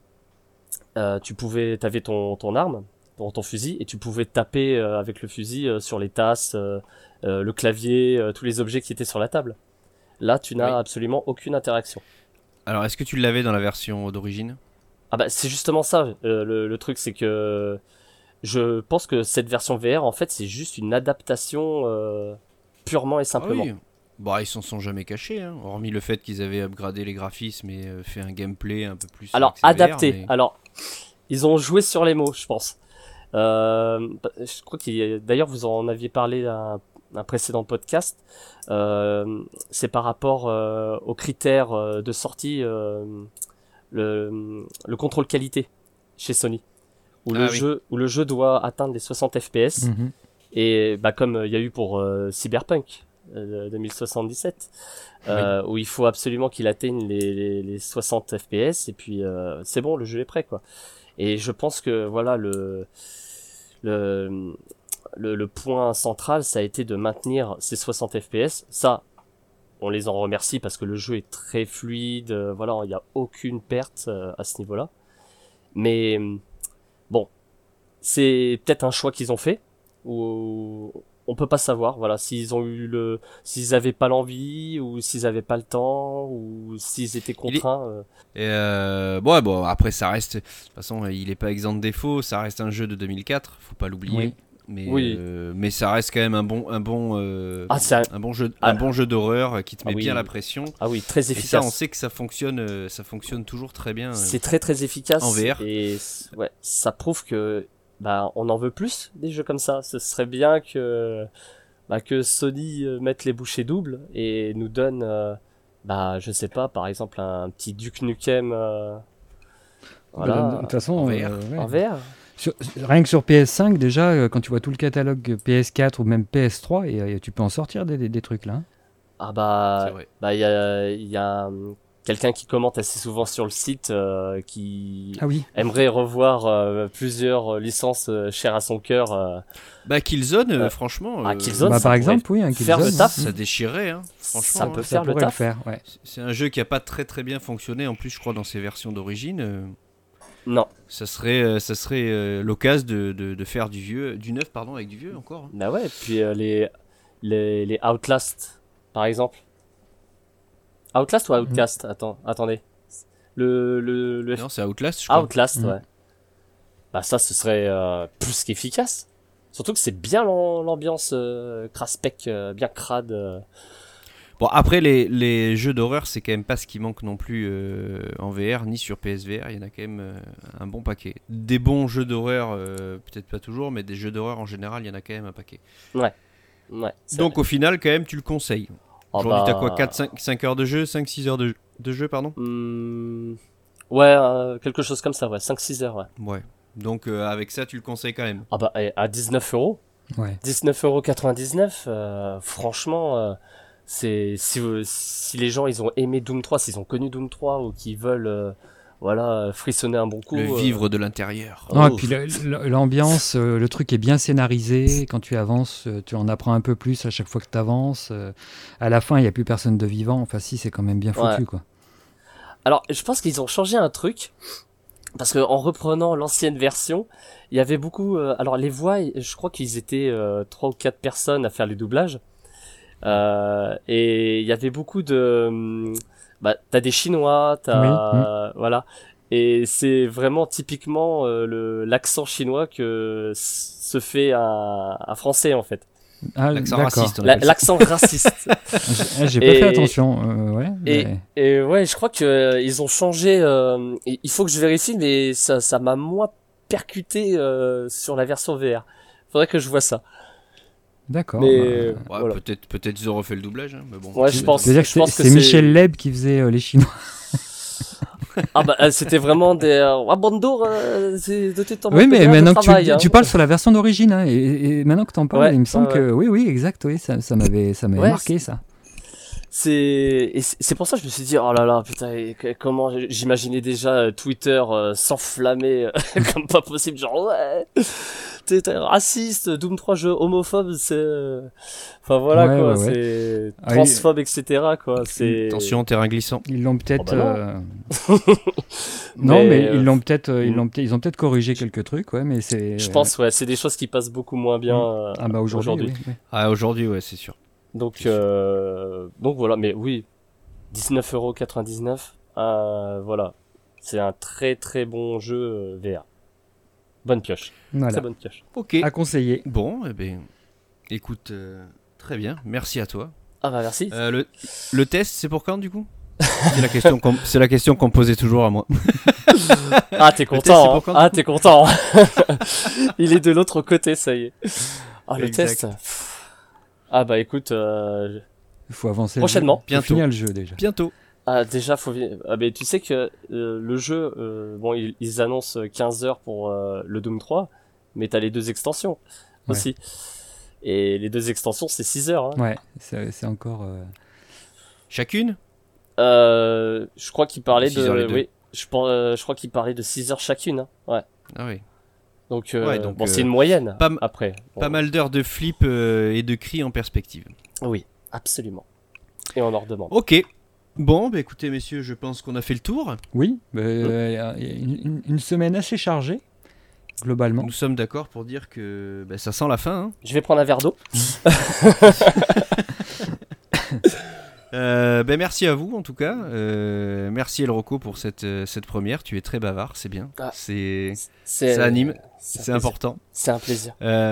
t'avais ton arme, ton fusil, et tu pouvais taper avec le fusil sur les tasses, le clavier, tous les objets qui étaient sur la table. Là, tu n'as absolument aucune interaction. Alors, est-ce que tu l'avais dans la version d'origine ? Ah bah c'est justement ça. Le truc, c'est que je pense que cette version VR, en fait, c'est juste une adaptation purement et simplement. Ah oui. Bah, ils s'en sont jamais cachés, hein, hormis le fait qu'ils avaient upgradé les graphismes et fait un gameplay un peu plus. Alors adapté. VR, mais... Alors ils ont joué sur les mots, je pense. Je crois d'ailleurs vous en aviez parlé à un précédent podcast. C'est par rapport aux critères de sortie, le contrôle qualité chez Sony, où le jeu doit atteindre les 60 FPS. Mm-hmm. Et bah comme il y a eu pour Cyberpunk 2077, où il faut absolument qu'il atteigne les 60 FPS, et puis c'est bon, le jeu est prêt, quoi. Et je pense que voilà le point central, ça a été de maintenir ces 60 FPS. Ça, on les en remercie parce que le jeu est très fluide. Voilà, il n'y a aucune perte à ce niveau-là. Mais bon, c'est peut-être un choix qu'ils ont fait, ou on peut pas savoir. Voilà, s'ils avaient pas l'envie, ou s'ils avaient pas le temps, ou s'ils étaient contraints. Bon, après ça reste. De toute façon, il est pas exempt de défauts. Ça reste un jeu de 2004, faut pas l'oublier. Oui. Mais ça reste quand même un bon jeu d'horreur qui te met bien la pression. Ah oui, très efficace. Et ça, on sait que ça fonctionne toujours très bien. C'est très efficace en VR. Et ouais, ça prouve que on en veut plus des jeux comme ça. Ce serait bien que Sony mette les bouchées doubles et nous donne je sais pas, par exemple un petit Duke Nukem voilà. De toute façon en VR. Rien que sur PS5 déjà, quand tu vois tout le catalogue PS4 ou même PS3, et tu peux en sortir des trucs là. Ah il y a quelqu'un qui commente assez souvent sur le site qui aimerait revoir plusieurs licences chères à son cœur. Killzone, franchement. Killzone, par exemple, oui, faire le taf. Ça déchirait, hein. Franchement, ça peut faire le taf. Ouais. C'est un jeu qui a pas très très bien fonctionné en plus, je crois, dans ses versions d'origine. Non. Ça serait l'occasion de faire du neuf avec du vieux encore. Bah ouais, puis les Outlast, par exemple. Outlast ou Outcast ? Attendez. Non, c'est Outlast, je crois. Outlast, ouais. Bah ça, ce serait plus qu'efficace. Surtout que c'est bien l'ambiance craspec, bien crade. Bon, après, les jeux d'horreur, c'est quand même pas ce qui manque non plus en VR, ni sur PSVR. Il y en a quand même un bon paquet. Des bons jeux d'horreur, peut-être pas toujours, mais des jeux d'horreur en général, il y en a quand même un paquet. Ouais. Donc, au final, quand même, tu le conseilles. Aujourd'hui, t'as quoi, 5 heures de jeu, 5-6 heures de jeu, pardon Ouais, quelque chose comme ça, ouais. 5-6 heures, ouais. Ouais. Donc avec ça, tu le conseilles quand même. Ah bah à 19€. Ouais. 19,99€, franchement, c'est si les gens ils ont aimé Doom 3, s'ils ont connu Doom 3 ou qu'ils veulent frissonner un bon coup. Le vivre de l'intérieur. Non, et puis l'ambiance, le truc est bien scénarisé. Quand tu avances, tu en apprends un peu plus à chaque fois que tu avances. À la fin, il n'y a plus personne de vivant. Enfin, si, c'est quand même bien foutu, Ouais. quoi. Alors, je pense qu'ils ont changé un truc. Parce que en reprenant l'ancienne version, il y avait beaucoup. Alors les voix, je crois qu'ils étaient 3 ou 4 personnes à faire les doublages, et il y avait beaucoup de. T'as des Chinois, voilà, et c'est vraiment typiquement l'accent chinois que se fait un Français en fait. Ah, L'accent d'accord. raciste. on appelle ça. L'accent raciste. J'ai pas fait attention. Ouais, Et ouais, je crois que ils ont changé. Il faut que je vérifie, mais ça m'a moins percuté sur la version VR. Faudrait que je vois ça. D'accord. Mais Ouais, voilà. peut-être ils ont refait le doublage, hein, mais bon. Ouais, je pense. C'est-à-dire que c'est Michel Leb qui faisait les Chinois. Ah bah c'était vraiment des Bonjour, c'est de ton Oui, mais maintenant que hein. tu parles sur la version d'origine, hein, et maintenant que tu en parles, Ouais, il me semble ouais. que oui, exact, oui, ça m'avait Ouais, marqué ça. C'est pour ça que je me suis dit oh là là putain comment j'imaginais déjà Twitter s'enflammer comme pas possible, genre ouais t'es raciste, Doom 3 jeu homophobe, c'est enfin voilà Ouais, quoi, ouais, c'est transphobe etc quoi, c'est Attention, terrain glissant. Ils l'ont peut-être Oh bah non, mais Mais, ils ont peut-être corrigé quelques trucs, ouais, mais c'est je pense ouais, c'est des choses qui passent beaucoup moins bien ah bah aujourd'hui. Oui. Ah, aujourd'hui, ouais, c'est sûr. Donc voilà, mais oui, 19,99€, voilà, c'est un très très bon jeu VR. Bonne pioche, Voilà. très bonne pioche. Ok. À conseiller. Bon, eh ben, écoute, très bien, merci à toi. Ah bah merci. Le test, c'est pour quand du coup? C'est la question qu'on me posait toujours à moi. Ah t'es test, c'est content, pour hein. quand Ah t'es content. Il est de l'autre côté, ça y est. Ah le Exact. test. Ah bah écoute, Il faut avancer. Prochainement. Il faut finir le jeu déjà. Bientôt. déjà mais tu sais que le jeu, bon ils annoncent 15 heures pour le Doom 3, mais t'as les 2 extensions aussi. Et les 2 extensions c'est 6 heures. Hein. Ouais, c'est encore. Chacune? Je crois qu'il parlait 6 heures les de, deux. oui, je crois qu'il parlait de 6 heures chacune. Hein. Ouais. Ah oui. Donc, donc, bon, c'est une moyenne. pas après. Bon. Pas mal d'heures de flip et de cris en perspective. Oui, absolument. Et on en redemande. Ok. Bon, bah écoutez messieurs, je pense qu'on a fait le tour. Oui, une semaine assez chargée globalement. Nous sommes d'accord pour dire que ça sent la fin. Hein. Je vais prendre un verre d'eau. Merci à vous en tout cas. Merci El Rocco pour cette première. Tu es très bavard, c'est bien. Ah. Ça anime, c'est c'est important. C'est un plaisir.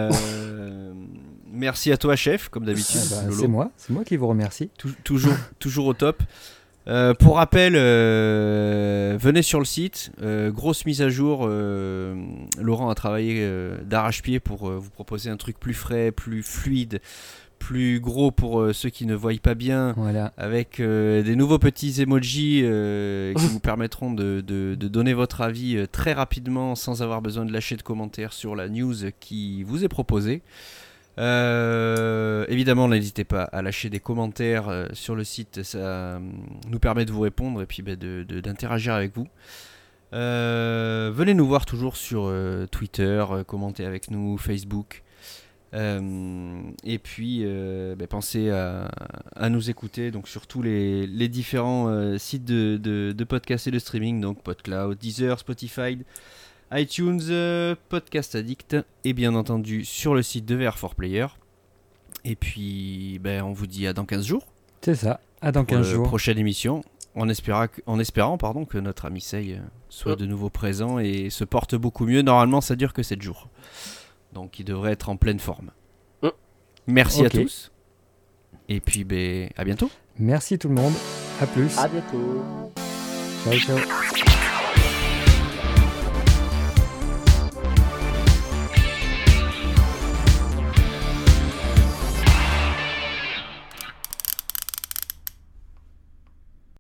Merci à toi, chef, comme d'habitude. C'est moi qui vous remercie. Toujours au top. Pour rappel, venez sur le site. Grosse mise à jour. Laurent a travaillé d'arrache-pied pour vous proposer un truc plus frais, plus fluide, plus gros pour ceux qui ne voient pas bien, voilà. avec des nouveaux petits emojis qui vous permettront de donner votre avis très rapidement sans avoir besoin de lâcher de commentaires sur la news qui vous est proposée. Évidemment, n'hésitez pas à lâcher des commentaires sur le site, ça nous permet de vous répondre et puis d'interagir avec vous. Venez nous voir toujours sur Twitter, commentez avec nous, Facebook. Et puis pensez à nous écouter donc sur tous les différents sites de podcasts et de streaming, donc PodCloud, Deezer, Spotify, iTunes, Podcast Addict et bien entendu sur le site de VR4Player. Et puis on vous dit à dans 15 jours. C'est ça, à dans 15 jours. Prochaine émission, en espérant que notre ami Sei soit de nouveau présent et se porte beaucoup mieux. Normalement ça dure que 7 jours. Donc il devrait être en pleine forme. Merci à tous. Et puis à bientôt. Merci tout le monde. À plus. À bientôt. Ciao.